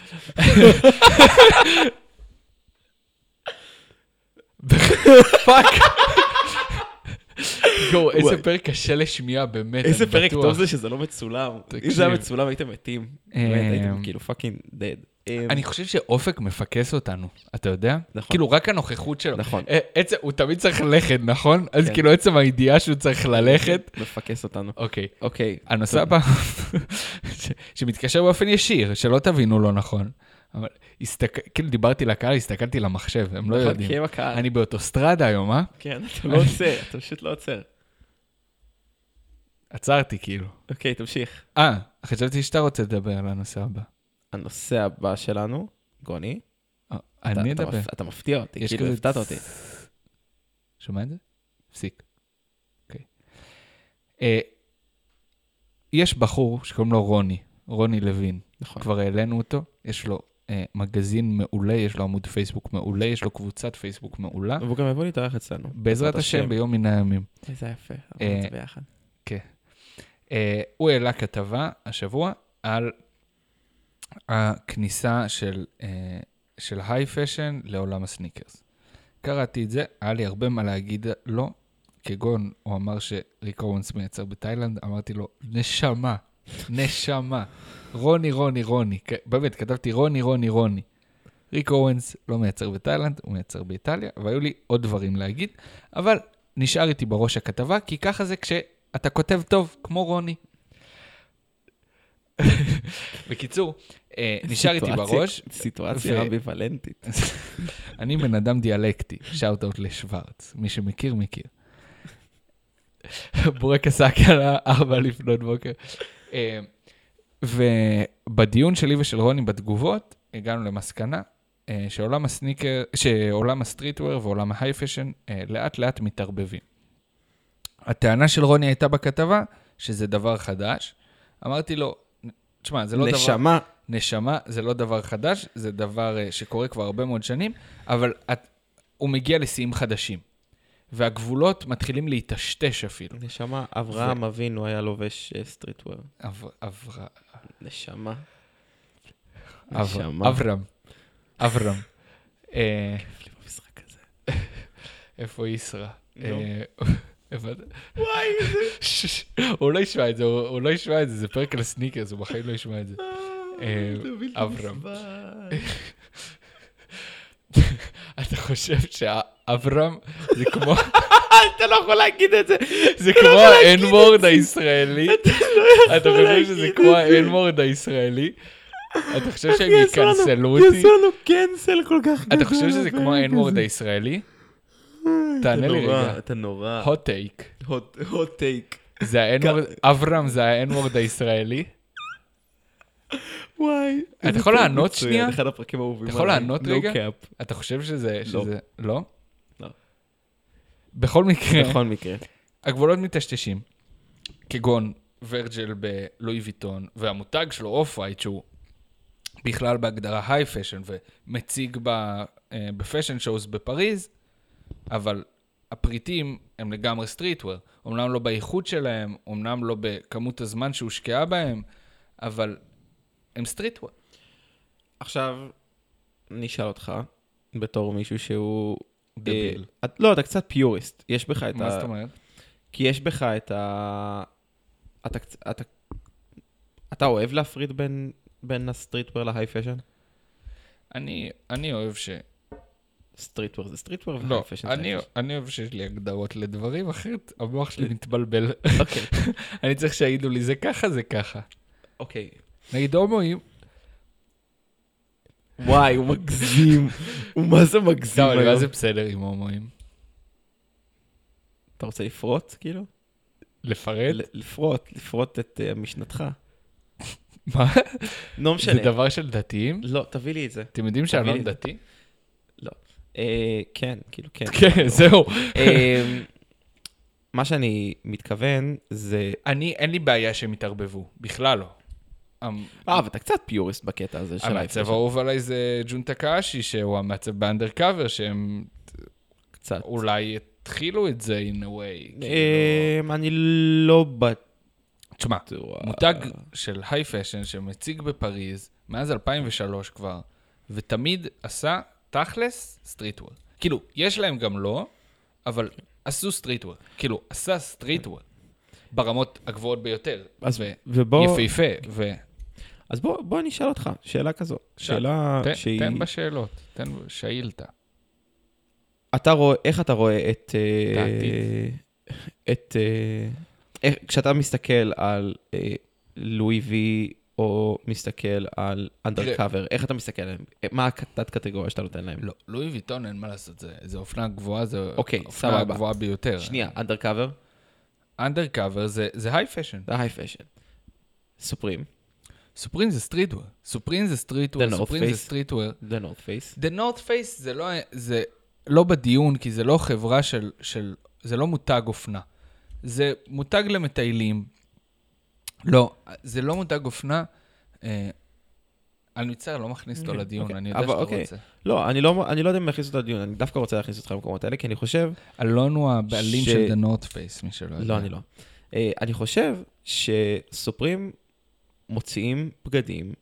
פאק. יו, איזה פרק קשה לשמיעה, באמת. איזה פרק טוב זה שזה לא מצולם. אם זה היה מצולם הייתם מתים. הייתם כאילו פאקינג דד. אני חושב שאופק מפקס אותנו, אתה יודע? נכון. כאילו רק הנוכחות שלו. נכון. הוא תמיד צריך ללכת, נכון? אז כאילו עצם הידיעה שהוא צריך ללכת. מפקס אותנו. אוקיי. הנושא הבא, שמתקשר באופן ישיר, שלא תבינו לא נכון. אבל כאילו דיברתי לקהל, הסתכלתי למחשב, הם לא יודעים. אני באוטוסטרדה היום, אה? כן, אתה לא עוצר, אתה פשוט לא עוצר. עצרתי כאילו. אוקיי, תמשיך. חשבתי שאתה רוצה לדבר על הנושא הבא. הנושא הבא שלנו, גוני. אני אדבר. אתה מפתיע אותי, כאילו הפתעת אותי. שומע את זה? הפסיק. אוקיי. יש בחור שקוראים לו רוני לוין. נכון. כבר העלינו אותו, יש לו מגזין מעולה, יש לו עמוד פייסבוק מעולה, יש לו קבוצת פייסבוק מעולה. והוא גם יבוא להתארח אצלנו. בעזרת השם, ביום מן הימים. איזה יפה, אנחנו נצא ביחד. כן. הוא העלה כתבה השבוע על הכניסה של היי פשן לעולם הסניקרס. קראתי את זה, היה לי הרבה מה להגיד לו, כגון הוא אמר שריק אורנס מייצר בתאילנד, אמרתי לו, נשמה. רוני. באמת, כתבתי רוני. ריק אורנס לא מייצר בתאילנד, הוא מייצר באיטליה, והיו לי עוד דברים להגיד, אבל נשאר איתי בראש הכתבה, כי ככה זה כשאתה כותב טוב, כמו רוני. בקיצור, נשאר איתי בראש. סיטואציה אמביוולנטית. אני בן אדם דיאלקטי, שאוט אאוט לשוורץ, מי שמכיר. בורק עסק על 4 לפנות בוקר. ובדיון שלי ושל רוני בתגובות, הגענו למסקנה שעולם הסטריטוור ועולם ההיי פשן לאט לאט מתערבבים. הטענה של רוני הייתה בכתבה שזה דבר חדש. אמרתי לו, תשמע, זה לא נשמה, זה לא דבר חדש, זה דבר שקורה כבר הרבה מאוד שנים, אבל הוא מגיע לשיאים חדשים. והגבולות מתחילים להתשתש אפילו. נשמה, אברהם אבינו היה לובש סטריטוור. נשמה. נשמה. אברהם. כיף לי במשחק הזה. איפה ישרה? וואי, הוא לא ישמע את זה, זה פרק על סניקרס, הוא בחיים לא ישמע את זה. אברהם. אתה חושב שאברהם זה כמו... אתה לא יכול להגיד את זה. זה כמו האן-וורד הישראלי. אתה חושב שזה כמו האן-וורד הישראלי. אתה חושב שהם יקנסלו אותי? יעשו לנו קנסל כל כך גדול. אתה חושב שזה כמו האן-וורד הישראלי? תענה לי רגע. אתה נורא. hot take. hot take. אברהם זה האן-וורד הישראלי? וואי. אתה יכול לענות שנייה? אחד הפרקים האהובים. אתה יכול לענות רגע? אתה חושב שזה... לא? לא. בכל מקרה, בכל מקרה. הגבולות מטשטשים, כגון ורג'ל בלואי ויטון, והמותג שלו אוף ווייט, שהוא בכלל בהגדרה היי פשן, ומציג בפשן שואוס בפריז, אבל הפריטים הם לגמרי סטריטוור. אמנם לא באיכות שלהם, אמנם לא בכמות הזמן שהושקעה בהם, אבל הם סטריטוור. עכשיו, אני אשאל אותך, בתור מישהו שהוא... דביל. לא, אתה קצת פיוריסט. יש בך את מה זאת אומרת? כי יש בך את אתה אוהב להפריד בין הסטריטוור להיי פשן? אני אוהב סטריטוור זה סטריטוור והיי לא, פשן. אני אוהב שיש לי הגדרות לדברים, אחרת המוח שלי מתבלבל. אוקיי. אני צריך שיעידו לי, זה ככה, זה ככה. אוקיי. נגיד הומואים, וואי, הוא מגזים. הוא מה זה מגזים לא, היום? מה זה בסדר עם הומואים? אתה רוצה לפרוט, כאילו? לפרט? לפרוט את משנתך. מה? לא משנה. זה דבר של דתיים? לא, תביא לי את זה. אתם יודעים שאלון דתי? לא. כן, כאילו כן. כן, זהו. מה שאני מתכוון זה... אין לי בעיה שהם יתערבבו, בכלל לא. ואתה קצת פיוריסט בקטע הזה של המעצב האהוב עליי זה ג'ון טקאשי, שהוא המעצב באנדרקאבר, שהם קצת. אולי התחילו את זה in a way. אני לא תשמע, מותג של היי פשן שמציג בפריז, מאז 2003 כבר, ותמיד עשה תכלס סטריטוור. כאילו, יש להם גם לא, אבל עשו סטריטוור. כאילו, עשה סטריטוור. ברמות הגבוהות ביותר. יפהפה. אז בוא אני אשאל אותך, שאלה כזו. שאלה שהיא... תן בשאלות, תן שאילתה. איך אתה רואה כשאתה מסתכל על לואי וי, או מסתכל על אנדרקאבר, איך אתה מסתכל עליהם? מה התת קטגוריה שאתה נותן להם? לא, לואי ויטון אין מה לעשות, זה אופנה גבוהה, זה אוקיי, אופנה הגבוהה ביותר. שנייה, אנדרקאבר? אנדרקאבר זה היי פשן. זה היי פשן. סופרים? סופרים זה סטריטוור. סופרים זה סטריטוור. סופרים זה סטריטוור. The North Face? The North Face זה לא בדיון, כי זה לא חברה זה לא מותג אופנה. זה מותג למטיילים. לא, זה לא מותג אופנה. אני מצטער, לא מכניס אותו לדיון, אני יודע שאתה רוצה. לא, אני לא יודע אם להכניס אותו לדיון, אני דווקא רוצה להכניס אותך למקומות האלה, כי אני חושב... אלון הוא הבעלים של The North Face, מי שלא יודע. לא, אני לא. אני חושב שסופרים מוציאים בגדים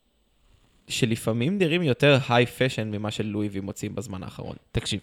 שלפעמים נראים יותר היי פשן ממה שלואי וי מוציאים בזמן האחרון. תקשיב.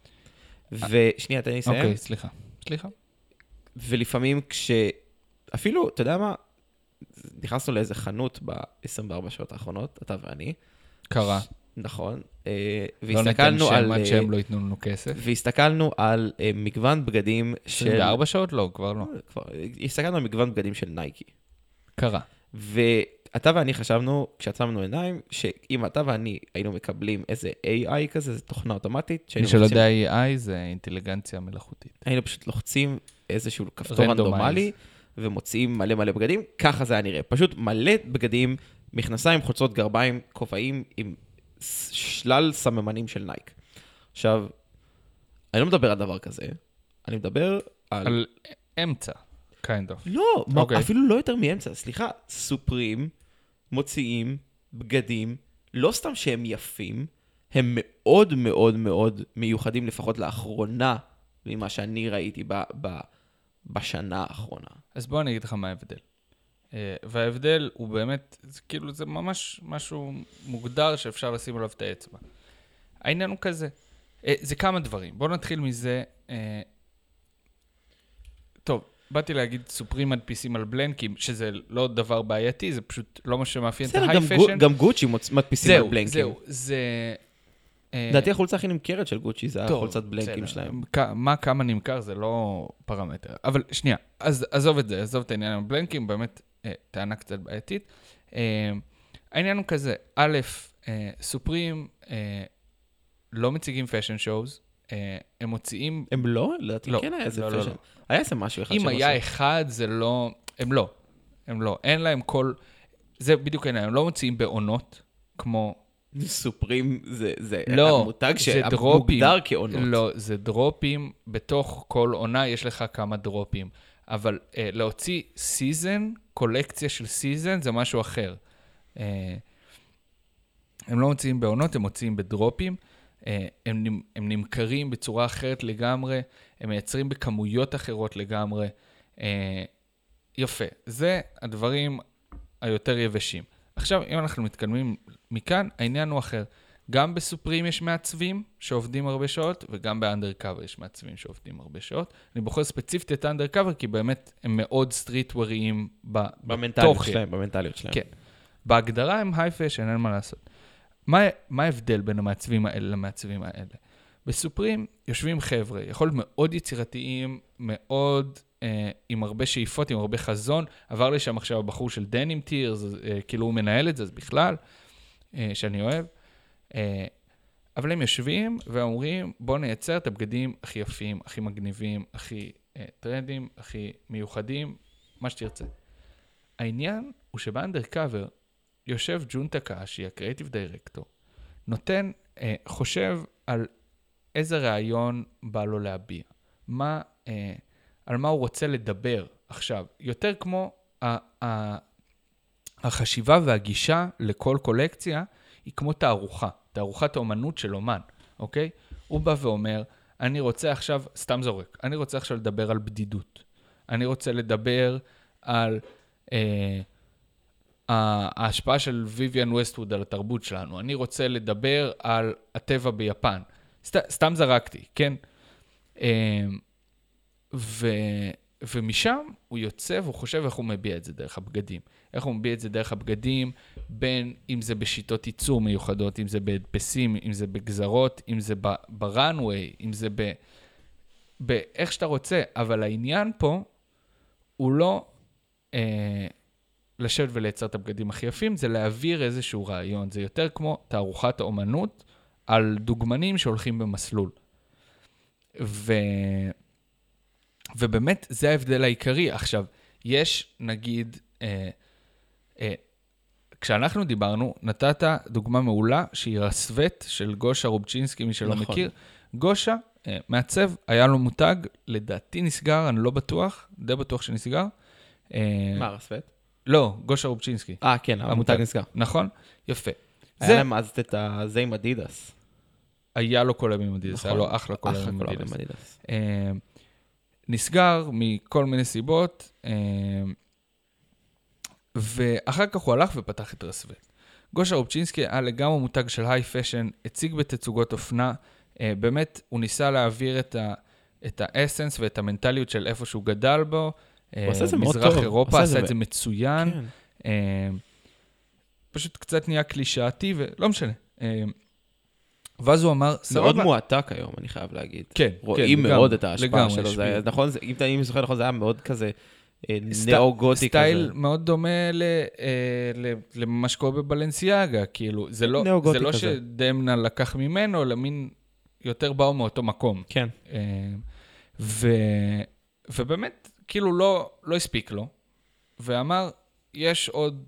ושנייה, תן לי לסיים. אוקיי, סליחה. ולפעמים אפילו, אתה יודע מה? נכנסנו לאיזה חנות ב-24 שעות האחרונות, אתה ואני. קרה. נכון. לא ניתן שם עד שהם לא ייתנו לנו כסף. והסתכלנו על מגוון בגדים של... 24 שעות? לא, כבר לא. הסתכלנו על מגוון בגדים של נייקי. קרה. ואתה ואני חשבנו, כשעצמנו עיניים, שאם אתה ואני היינו מקבלים איזה AI כזה, זו תוכנה אוטומטית. מי שלא יודע AI זה אינטליגנציה מלאכותית. היינו פשוט לוחצים איזשהו כפתור רנדומלי, ומוציאים מלא מלא בגדים, ככה זה היה נראה. פשוט מלא בגדים, מכנסיים, חולצות, גרביים, כובעים, עם שלל סממנים של נייק. עכשיו, אני לא מדבר על דבר כזה, אני מדבר על אמצע, kind of. לא, אפילו לא יותר מאמצע. סליחה, סופרים מוציאים בגדים, לא סתם שהם יפים, הם מאוד מאוד מאוד מיוחדים, לפחות לאחרונה, ממה שאני ראיתי בשנה האחרונה. אז בוא אני אגיד לך מה ההבדל. וההבדל הוא באמת, כאילו זה ממש משהו מוגדר שאפשר לשים עליו את האצבע. העניין הוא כזה, זה כמה דברים. בוא נתחיל מזה. טוב, באתי להגיד סופרים מדפיסים על בלנקים, שזה לא דבר בעייתי, זה פשוט לא מה שמאפיין את ההיי פשן. גם גוצ'י מדפיסים על בלנקים. זהו, זה... לדעתי החולצה הכי נמכרת של גוצ'י, זה החולצת בלנקים שלהם. כמה נמכר זה לא פרמטר. אבל שנייה, אז עזוב את זה, עזוב את העניין עם הבלנקים, באמת טענה קצת בעייתית. העניין הוא כזה, א', סופרים לא מציגים פשן שואוז, הם מוציאים... הם לא? לדעתי כן היה איזה פשן. היה איזה משהו אחד אם היה אחד, זה לא... הם לא. אין להם כל... זה בדיוק העניין, הם לא מוציאים בעונות, כמו... סופרים זה לא, המותג זה דרופים. שמוגדר כעונות. לא, זה דרופים, בתוך כל עונה יש לך כמה דרופים. אבל להוציא סיזן, קולקציה של סיזן, זה משהו אחר. הם לא מוציאים בעונות, הם מוציאים בדרופים. הם נמכרים בצורה אחרת לגמרי, הם מייצרים בכמויות אחרות לגמרי. יפה, זה הדברים היותר יבשים. עכשיו, אם אנחנו מתקדמים מכאן, העניין הוא אחר. גם בסופרים יש מעצבים שעובדים הרבה שעות, וגם באנדרקאבר יש מעצבים שעובדים הרבה שעות. אני בוחר ספציפית את האנדרקאבר, כי באמת הם מאוד סטריטווריים במנטליות שלהם. כן. בהגדרה הם היי פשן, אין מה לעשות. מה ההבדל בין המעצבים האלה למעצבים האלה? בסופרים יושבים חבר'ה, יכול להיות מאוד יצירתיים, מאוד עם הרבה שאיפות, עם הרבה חזון. עבר לי שם עכשיו הבחור של דנים טירס, כאילו הוא מנהל את זה, אז בכלל, שאני אוהב. אבל הם יושבים ואומרים, בוא נייצר את הבגדים הכי יפים, הכי מגניבים, הכי טרנדים, הכי מיוחדים, מה שתרצה. העניין הוא שבאנדרקאבר יושב ג'ון טקאשי, הקריאיטיב דירקטור, נותן, חושב על איזה רעיון בא לו להביע. על מה הוא רוצה לדבר עכשיו. יותר כמו החשיבה והגישה לכל קולקציה, היא כמו תערוכה, תערוכת האומנות של אומן, אוקיי? הוא בא ואומר, אני רוצה עכשיו, סתם זורק, אני רוצה עכשיו לדבר על בדידות. אני רוצה לדבר על ההשפעה של ויויאן ווסטווד על התרבות שלנו. אני רוצה לדבר על הטבע ביפן. סתם זרקתי, כן? ומשם הוא יוצא והוא חושב איך הוא מביע את זה דרך הבגדים. איך הוא מביע את זה דרך הבגדים, בין אם זה בשיטות ייצור מיוחדות, אם זה בהדפסים, אם זה בגזרות, אם זה ברנווי, אם זה באיך שאתה רוצה. אבל העניין פה הוא לא לשבת ולייצר את הבגדים הכי יפים, זה להעביר איזשהו רעיון. זה יותר כמו תערוכת האומנות על דוגמנים שהולכים במסלול. ובאמת זה ההבדל העיקרי. עכשיו, יש נגיד, כשאנחנו דיברנו, נתת דוגמה מעולה שהיא רסוות של גושה רובצ'ינסקי, מי שלא נכון. מכיר. גושה, מעצב, היה לו מותג, לדעתי נסגר, אני לא בטוח, די בטוח שנסגר. מה, רסוות? לא, גושה רובצ'ינסקי. כן, המותג נסגר. נכון? יפה. היה להם אז את זה עם אדידס. היה לו קולב עם אדידס, היה לו אחלה קולב עם אדידס. נסגר מכל מיני סיבות, ואחר כך הוא הלך ופתח את רסוות. גושה רובצ'ינסקי היה לגמרי מותג של היי פשן, הציג בתצוגות אופנה, באמת הוא ניסה להעביר את האסנס ואת המנטליות של איפה שהוא גדל בו, מזרח אירופה, עשה את זה מצוין, פשוט קצת נהיה קלישאתי ולא משנה. ואז הוא אמר, מאוד מועתק היום, אני חייב להגיד. כן, רואים מאוד את ההשפעה שלו. נכון, אם אני זוכר נכון, זה היה מאוד כזה נאו-גותי כזה. סטייל מאוד דומה למה שקורה בבלנסיאגה, כאילו, זה לא שדמנה לקח ממנו, אלא מין יותר באו מאותו מקום. כן. ובאמת, כאילו לא הספיק לו, ואמר, יש עוד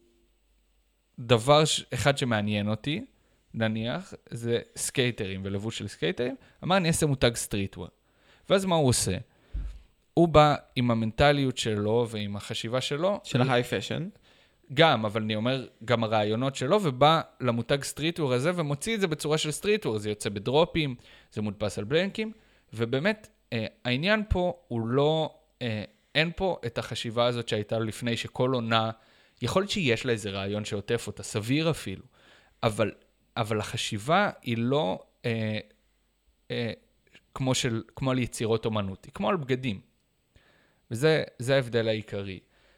דבר אחד שמעניין אותי, נניח, זה סקייטרים ולבוש של סקייטרים, אמר, אני אעשה מותג סטריטוור. ואז מה הוא עושה? הוא בא עם המנטליות שלו ועם החשיבה שלו. של ההיי פשן. גם, אבל אני אומר, גם הרעיונות שלו, ובא למותג סטריטוור הזה, ומוציא את זה בצורה של סטריטוור. זה יוצא בדרופים, זה מודפס על בלנקים, ובאמת, העניין פה הוא לא, אין פה את החשיבה הזאת שהייתה לפני, שכל עונה, יכול להיות שיש לה איזה רעיון שעוטף אותה, סביר אפילו, אבל החשיבה היא לא כמו על יצירות אומנות, היא כמו על בגדים. וזה ההבדל העיקרי.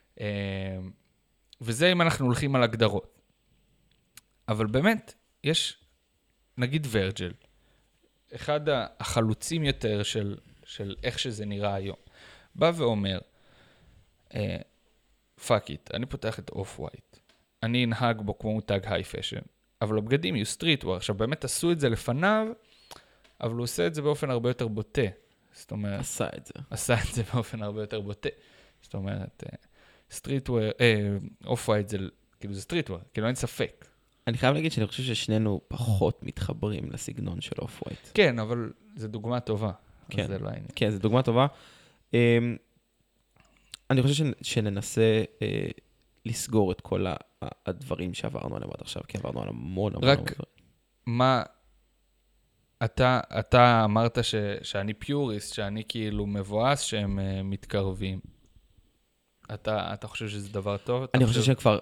וזה אם אנחנו הולכים על הגדרות. אבל באמת, יש, נגיד ורג'ל, אחד החלוצים יותר של איך שזה נראה היום, בא ואומר, fuck it, אני פותח את אוף ווייט. אני אנהג בו כמו מותג היי פשן. אבל הבגדים יהיו סטריטוור. עכשיו, באמת עשו את זה לפניו, אבל הוא עושה את זה באופן הרבה יותר בוטה. זאת אומרת... עשה את זה באופן הרבה יותר בוטה. זאת אומרת, סטריטוור, אוף ווייט זה כאילו זה סטריטוור, כאילו אין ספק. אני חייב להגיד שאני חושב ששנינו פחות מתחברים לסגנון של אוף ווייט. כן, אבל זו דוגמה טובה. כן, זה לא העניין. כן, זו דוגמה טובה. אני חושב שננסה לסגור את כל הדברים שעברנו עליהם עד עכשיו, כי עברנו על המון המון רק דברים. מה, אתה אמרת שאני פיוריסט, שאני כאילו מבואס שהם מתקרבים. אתה חושב שזה דבר טוב? אני חושב שכבר,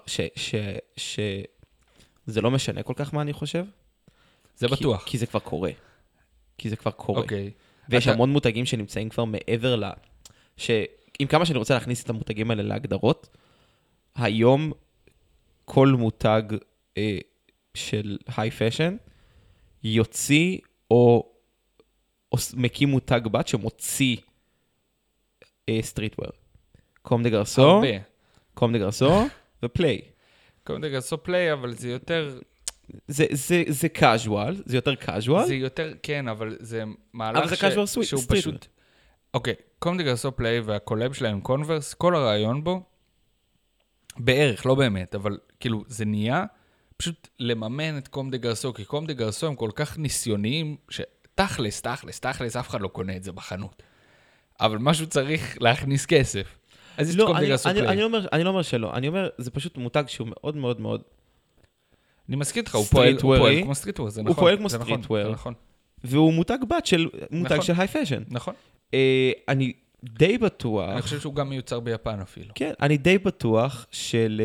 זה לא משנה כל כך מה אני חושב. זה בטוח. כי זה כבר קורה. כי זה כבר קורה. אוקיי. ויש המון מותגים שנמצאים כבר מעבר עם כמה שאני רוצה להכניס את המותגים האלה להגדרות, היום כל מותג של היי פשן יוציא או מקים מותג בת שמוציא סטריטוור. קום דה גרסו, הרבה. קום דה גרסו ופליי. קום דה גרסו פליי, אבל זה יותר... זה קאז'ואל, זה יותר קאז'ואל. זה יותר, כן, אבל זה מהלך אבל זה קאז'ואל שהוא סטריטוור. פשוט... אוקיי, קום דה גרסו פליי והקולב שלהם קונברס, כל הרעיון בו, בערך, לא באמת, אבל כאילו זה נהיה פשוט לממן את קום דה גרסו, כי קום דה גרסו הם כל כך ניסיוניים, שתכלס, אף אחד לא קונה את זה בחנות. אבל משהו צריך להכניס כסף. אז יש את קום דה גרסו פליי. אני לא אומר שלא, אני אומר, זה פשוט מותג שהוא מאוד מאוד מאוד... אני מסכים איתך, הוא פועל כמו סטריטוור, זה נכון. הוא פועל כמו סטריטוור. נכון. והוא מותג בת של מותג של היי פשן. נכון. אני די בטוח... אני חושב שהוא גם מיוצר ביפן אפילו. כן, אני די בטוח של...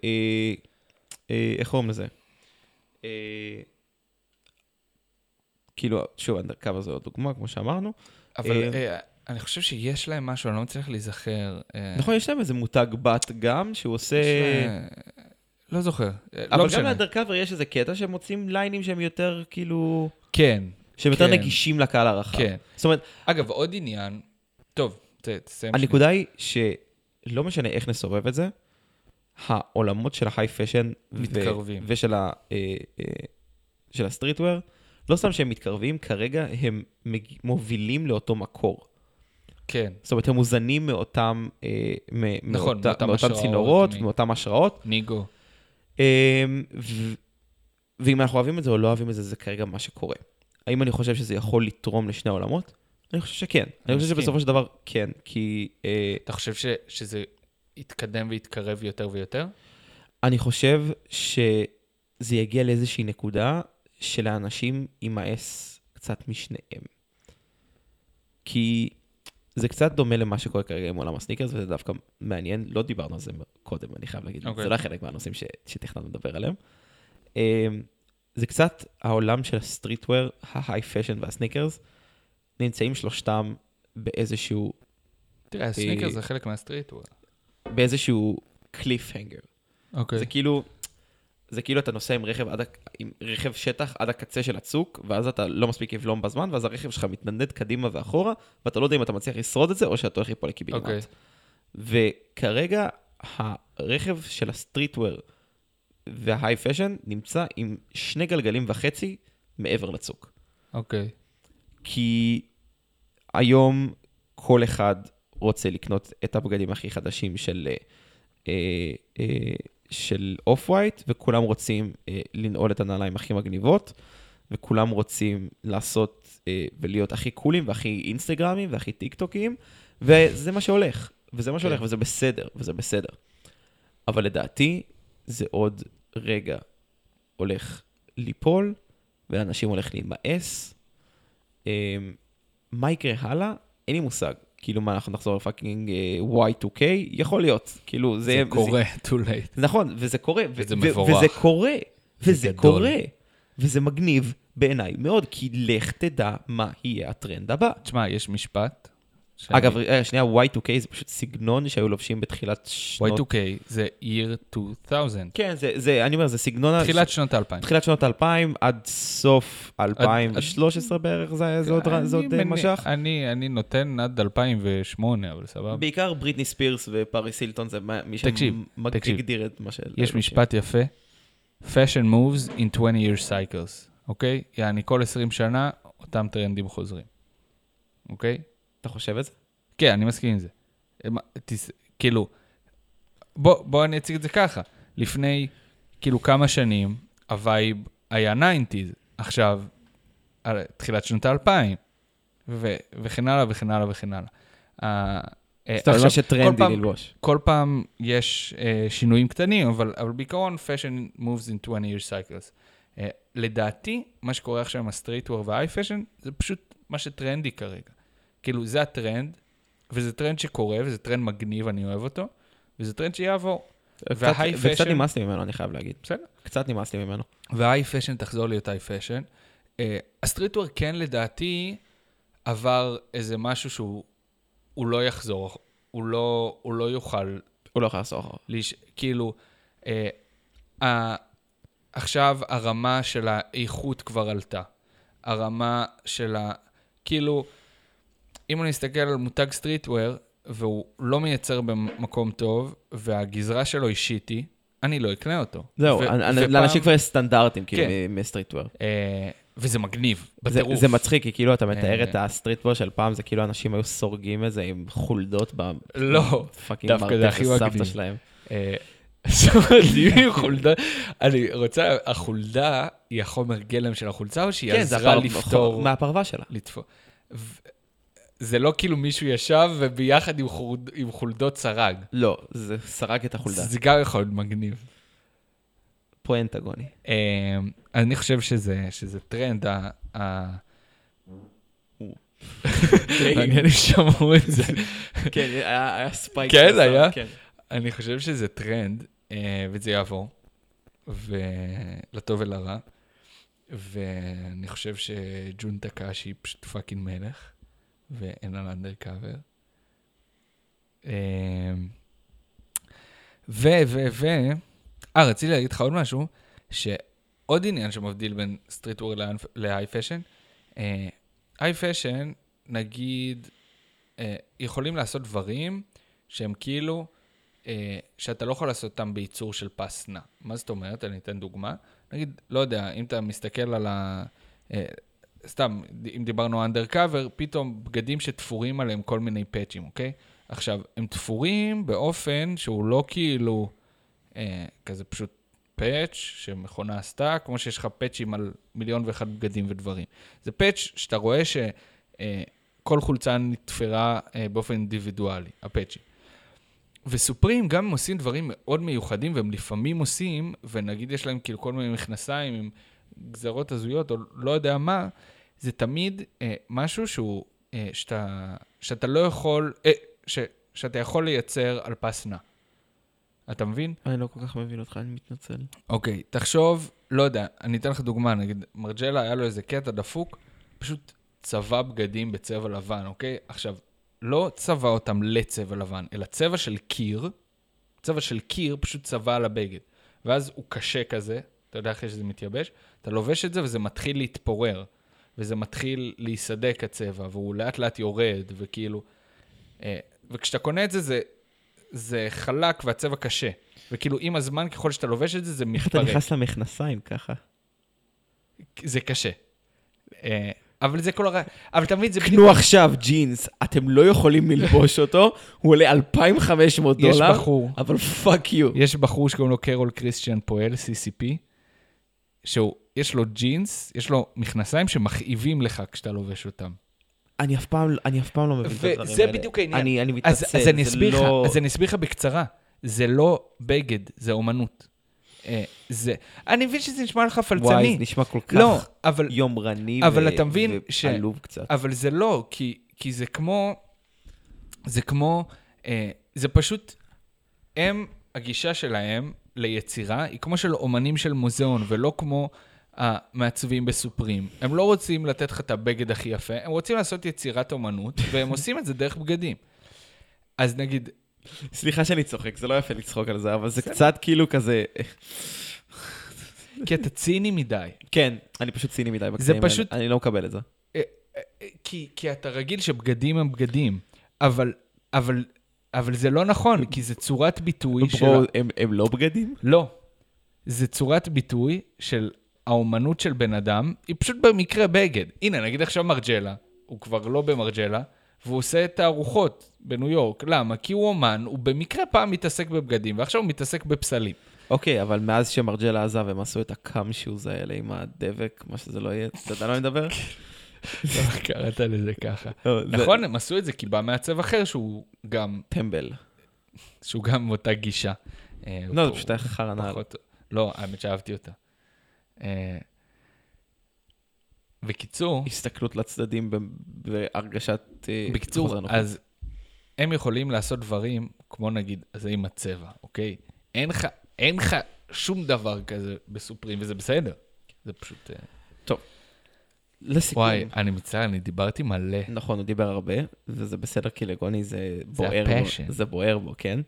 איך קוראים לזה? כאילו, שוב, אנדרקאבר זו דוגמה, כמו שאמרנו. אבל אני חושב שיש להם משהו, אני לא מצליח להיזכר. נכון, יש להם איזה מותג בת גם, שהוא עושה... לא זוכר. אבל גם לאנדרקאבר יש איזה קטע שהם מוצאים ליינים שהם יותר כאילו... כן. שהם יותר נגישים לקהל הרחב. כן. זאת אומרת... אגב, עוד עניין... טוב, תסיים. הנקודה היא שלא משנה איך נסובב את זה, העולמות של ההיי פשן ושל של הסטריטוור, לא סתם שהם מתקרבים, כרגע הם מובילים לאותו מקור. כן. זאת אומרת, הם מוזנים מאותם מאותם צינורות, מאותם השראות. ניגו. ואם אנחנו אוהבים את זה או לא אוהבים את זה, זה כרגע מה שקורה. האם אני חושב שזה יכול לתרום לשני העולמות? אני חושב שכן. אני חושב שבסופו של דבר כן, כי... אתה חושב שזה יתקדם ויתקרב יותר ויותר? אני חושב שזה יגיע לאיזושהי נקודה שלאנשים יימאס קצת משניהם. כי זה קצת דומה למה שקורה כרגע עם עולם הסניקרס, וזה דווקא מעניין. לא דיברנו על זה קודם, אני חייב להגיד. זה לא חלק מהנושאים שתכננו לדבר עליהם. זה קצת העולם של הסטריטוור, ההיי פשן והסניקרס, נמצאים שלושתם באיזשהו... תראה, הסניקרס זה חלק מהסטריטוור. באיזשהו קליפהנגר. אוקיי. זה כאילו אתה נוסע עם רכב שטח עד הקצה של הצוק, ואז אתה לא מספיק לבלום בזמן, ואז הרכב שלך מתנדד קדימה ואחורה, ואתה לא יודע אם אתה מצליח לשרוד את זה, או שאתה הולך ליפול לקיבינימט. אוקיי. וכרגע הרכב של הסטריטוור וההיי פשן נמצא עם 2.5 גלגלים מעבר לצוק. אוקיי. כי היום כל אחד רוצה לקנות את הבגדים הכי חדשים של אוף ווייט, וכולם רוצים לנעול את הנעליים הכי מגניבות, וכולם רוצים לעשות ולהיות הכי קולים והכי אינסטגרמים והכי טיק טוקים, וזה מה שהולך, וזה בסדר. אבל לדעתי זה עוד רגע הולך ליפול, ואנשים הולך להימאס. מה יקרה הלאה? אין לי מושג. כאילו מה, אנחנו נחזור לפאקינג Y2K? יכול להיות. כאילו זה קורה, too late. נכון, וזה קורה. וזה מבורך. וזה קורה. וזה מגניב בעיניי מאוד, כי לך תדע מה יהיה הטרנד הבא. תשמע, יש משפט. אגב, שנייה, Y2K זה פשוט סגנון שהיו לובשים בתחילת שנות... Y2K זה year 2000. כן, אני אומר, זה סגנון... תחילת שנות 2000. תחילת שנות 2000 עד סוף 2013 בערך, זה עוד משך. אני נותן עד 2008, אבל סבבה. בעיקר בריטני ספירס ופריס הילטון, זה מי שמגדיר את מה של... יש משפט יפה. Fashion moves in 20-year cycles, אוקיי? יעני, כל 20 שנה, אותם טרנדים חוזרים. אוקיי? אתה חושב את זה? כן, אני מסכים עם זה. כאילו, בוא אני אציג את זה ככה. לפני כאילו כמה שנים, הווייב היה 90s, עכשיו, תחילת שנות ה-2000, וכן הלאה וכן הלאה וכן הלאה. זאת אומרת, מה שטרנדי ללבוש. כל פעם יש שינויים קטנים, אבל בעיקרון, fashion moves in 20 year cycles. לדעתי, מה שקורה עכשיו עם הסטריטוור והאי פשן, זה פשוט מה שטרנדי כרגע. כאילו, זה הטרנד, וזה טרנד שקורה, וזה טרנד מגניב, אני אוהב אותו, וזה טרנד שיעבור. וקצת נמאס לי ממנו, אני חייב להגיד. בסדר. קצת נמאס לי ממנו. והאי פשן תחזור להיות האי פשן. הסטריטוור כן, לדעתי, עבר איזה משהו שהוא לא יחזור, הוא לא יוכל... הוא לא יכול לעשות אחר. כאילו, עכשיו הרמה של האיכות כבר עלתה. הרמה של כאילו, אם אני אסתכל על מותג סטריטוור, והוא לא מייצר במקום טוב, והגזרה שלו היא שיטי, אני לא אקנה אותו. זהו, לאנשים כבר יש סטנדרטים, כאילו, מסטריטוור. וזה מגניב, בטירוף. זה מצחיק, כי כאילו אתה מתאר את הסטריטוור של פעם, זה כאילו אנשים היו סורגים איזה עם חולדות לא, דווקא זה הכי מגניב. שלהם. עם חולדה, אני רוצה, החולדה היא החומר גלם של החולצה, או שהיא עזרה לפתור? מהפרווה שלה. זה לא כאילו מישהו ישב וביחד עם חולדות סרג. לא, זה סרג את החולדה. זה גם יכול להיות מגניב. פואנטגוני. אני חושב שזה טרנד, מעניין אם שמעו את זה. כן, היה ספייק. כן, היה. אני חושב שזה טרנד, וזה יעבור, ולטוב ולרע, ואני חושב שג'ון טקאשי פשוט פאקינג מלך, ואין על אנדרקאבר. רציתי להגיד לך עוד משהו, שעוד עניין שמבדיל בין סטריטוור להיי פשן, היי פשן, נגיד, יכולים לעשות דברים שהם כאילו, שאתה לא יכול לעשות אותם בייצור של פס נע. מה זאת אומרת? אני אתן דוגמה. נגיד, לא יודע, אם אתה מסתכל על סתם, אם דיברנו אנדרקאבר, פתאום בגדים שתפורים עליהם כל מיני פאצ'ים, אוקיי? עכשיו, הם תפורים באופן שהוא לא כאילו, כזה פשוט פאץ' שמכונה עשתה, כמו שיש לך פאצ'ים על 1,000,001 בגדים ודברים. זה פאץ' שאתה רואה שכל חולצה נתפרה באופן אינדיבידואלי, הפאצ'ים. וסופרים גם הם עושים דברים מאוד מיוחדים, והם לפעמים עושים, ונגיד יש להם כאילו כל מיני מכנסיים עם גזרות הזויות, או לא יודע מה, זה תמיד משהו שהוא, שאתה לא יכול, שאתה יכול לייצר על פס נע. אתה מבין? אני לא כל כך מבין אותך, אני מתנצל. אוקיי, תחשוב, לא יודע, אני אתן לך דוגמה, נגיד, מרג'לה היה לו איזה קטע דפוק, פשוט צבע בגדים בצבע לבן, אוקיי? עכשיו, לא צבע אותם לצבע לבן, אלא צבע של קיר, פשוט צבע על הבגד. ואז הוא קשה כזה, אתה יודע אחרי שזה מתייבש, אתה לובש את זה וזה מתחיל להתפורר, וזה מתחיל להיסדק הצבע, והוא לאט לאט יורד, וכאילו, וכשאתה קונה את זה, זה חלק והצבע קשה. וכאילו, עם הזמן, ככל שאתה לובש את זה, זה מתפרק. איך אתה נכנס למכנסיים ככה? זה קשה. אבל זה כל הרע. אבל תמיד זה... קנו עכשיו ג'ינס, אתם לא יכולים ללבוש אותו, הוא עולה $2,500, יש בחור. אבל פאק יו. יש בחור שקוראים לו קרול קריסטיאן פואל, CCP, שיש לו ג'ינס, יש לו מכנסיים שמכאיבים לך כשאתה לובש אותם. אני אף פעם לא מבין את הדברים האלה. וזה בדיוק העניין. אני מתעצל. אז אני אסביר לך בקצרה. זה לא בגד, זה אומנות. אני מבין שזה נשמע לך פלצני. וואי, זה נשמע כל כך יומרני ועלוב קצת. אבל זה לא, כי זה כמו, זה פשוט, הגישה שלהם ליצירה היא כמו של אומנים של מוזיאון, ולא כמו המעצבים בסופרים. הם לא רוצים לתת לך את הבגד הכי יפה, הם רוצים לעשות יצירת אומנות, והם עושים את זה דרך בגדים. אז נגיד... סליחה שאני צוחק, זה לא יפה לצחוק על זה, אבל זה קצת כאילו כזה... כי אתה ציני מדי. כן, אני פשוט ציני מדי בקטעים האלה. אני לא מקבל את זה. כי אתה רגיל שבגדים הם בגדים, אבל זה לא נכון, כי זה צורת ביטוי של... הם לא בגדים? לא. זה צורת ביטוי של האומנות של בן אדם, היא פשוט במקרה בגד. הנה, נגיד עכשיו מרג'לה, הוא כבר לא במרג'לה, והוא עושה את הארוחות בניו יורק. למה? כי הוא אומן, הוא במקרה פעם מתעסק בבגדים, ועכשיו הוא מתעסק בפסלים. אוקיי, אבל מאז שמרג'לה עזב, הם עשו את הקאם שוז האלה עם הדבק, מה שזה לא יהיה, אתה יודע לא מדבר? לא קראת לזה ככה. נכון, הם עשו את זה כי בא מעצב אחר שהוא גם אותה גישה. לא, זה פשוט היה חרנה. לא, האמת שאהבתי אותה. בקיצור... הסתכלות לצדדים בהרגשת... בקיצור, אז הם יכולים לעשות דברים, כמו נגיד, זה עם הצבע, אוקיי? אין לך שום דבר כזה בסופרים, וזה בסדר. זה פשוט... טוב. לסיכום. וואי, אני מצטער, אני דיברתי מלא. נכון, הוא דיבר הרבה, וזה בסדר, כי לגוני זה בוער זה בו. הפשן. זה בוער בו, כן.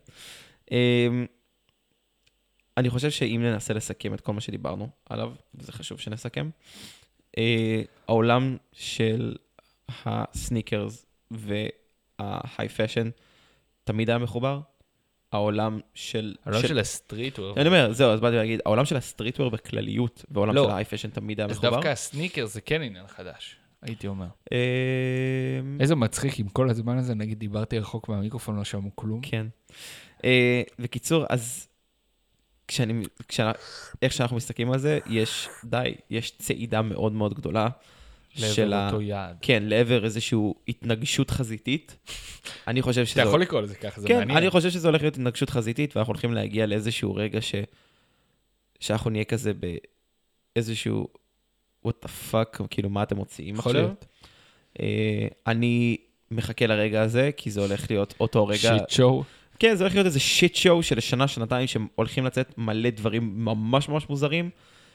אני חושב שאם ננסה לסכם את כל מה שדיברנו עליו, וזה חשוב שנסכם, העולם של הסניקרס וההיי פשן תמיד היה מחובר. העולם של הסטריטוור. אני אומר, זהו, אז באתי להגיד, העולם של הסטריטוור בכלליות, והעולם של ההיי פשן תמיד היה מחובר. אז דווקא הסניקר זה כן עניין חדש, הייתי אומר. איזה מצחיק עם כל הזמן הזה, נגיד דיברתי רחוק מהמיקרופון, לא שמעו כלום. כן. בקיצור, אז איך שאנחנו מסתכלים על זה, יש צעידה מאוד מאוד גדולה. לעבר אותו יעד. כן, לעבר איזושהי התנגשות חזיתית. אני חושב שזה... אתה יכול לקרוא לזה ככה, זה מעניין. מעניין. אני חושב שזה הולך להיות התנגשות חזיתית, ואנחנו הולכים להגיע לאיזשהו רגע שאנחנו נהיה כזה באיזשהו... what the fuck, כאילו, מה אתם מוציאים עכשיו? יכול להיות. אני מחכה לרגע הזה, כי זה הולך להיות אותו רגע... שיט שואו. כן, זה הולך להיות איזה שיט שואו של שנה, שנתיים, שהולכים לצאת מלא דברים ממש ממש מוזרים,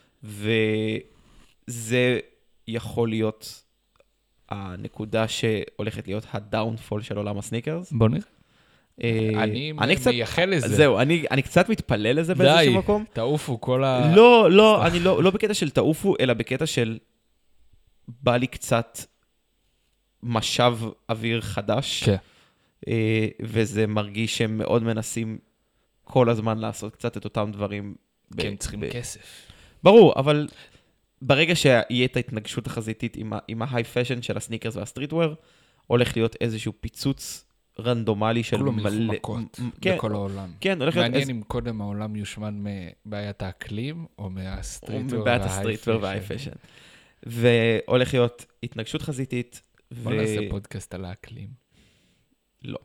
וזה יכול להיות הנקודה שהולכת להיות הדאונפול של עולם הסניקרס. בוא נראה. אני מייחל לזה. זהו, אני קצת מתפלל לזה באיזשהו מקום. די, תעופו כל ה... לא, אני לא בקטע של תעופו, אלא בקטע של בא לי קצת משב אוויר חדש. כן. וזה מרגיש שהם מאוד מנסים כל הזמן לעשות קצת את אותם דברים. כן, צריכים כסף. ברור, אבל ברגע שיהיה את ההתנגשות החזיתית עם ההיי פשן של הסניקרס והסטריטוור, הולך להיות איזשהו פיצוץ רנדומלי של כולו מלא מכות בכל העולם. כן, הולך להיות... מעניין אם קודם העולם יושמן מבעיית האקלים, או מהסטריטוור וההיי פשן. והולך להיות התנגשות חזיתית. בוא נעשה פודקאסט על האקלים. לא.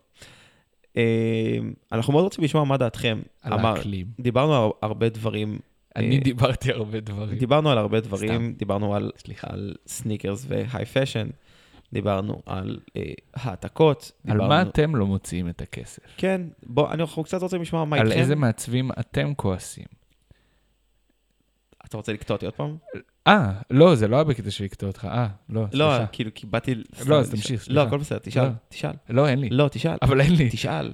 אנחנו מאוד רוצים לשמוע מה דעתכם. על האקלים. דיברנו על הרבה דברים. אני דיברתי הרבה דברים. דיברנו על הרבה דברים. דיברנו על סניקרס והיי פשן. דיברנו על העתקות. על מה אתם לא מוציאים את הכסף? כן, אנחנו קצת רוצים לשמוע מה איתכם. על איזה מעצבים אתם כועסים? אתה רוצה לקטוע אותי עוד פעם? לא, זה לא היה בקטע של לקטוע אותך. לא, לא, כאילו, כי באתי... לא, אז תמשיך, סליחה. לא, הכל בסדר, תשאל. לא, אין לי. לא, תשאל. אבל אין לי. תשאל.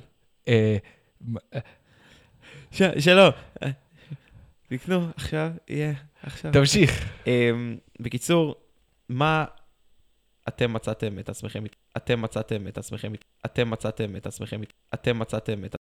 שלא. תקנו, עכשיו, יהיה, עכשיו. תמשיך. בקיצור, מה אתם מצאתם את עצמכם?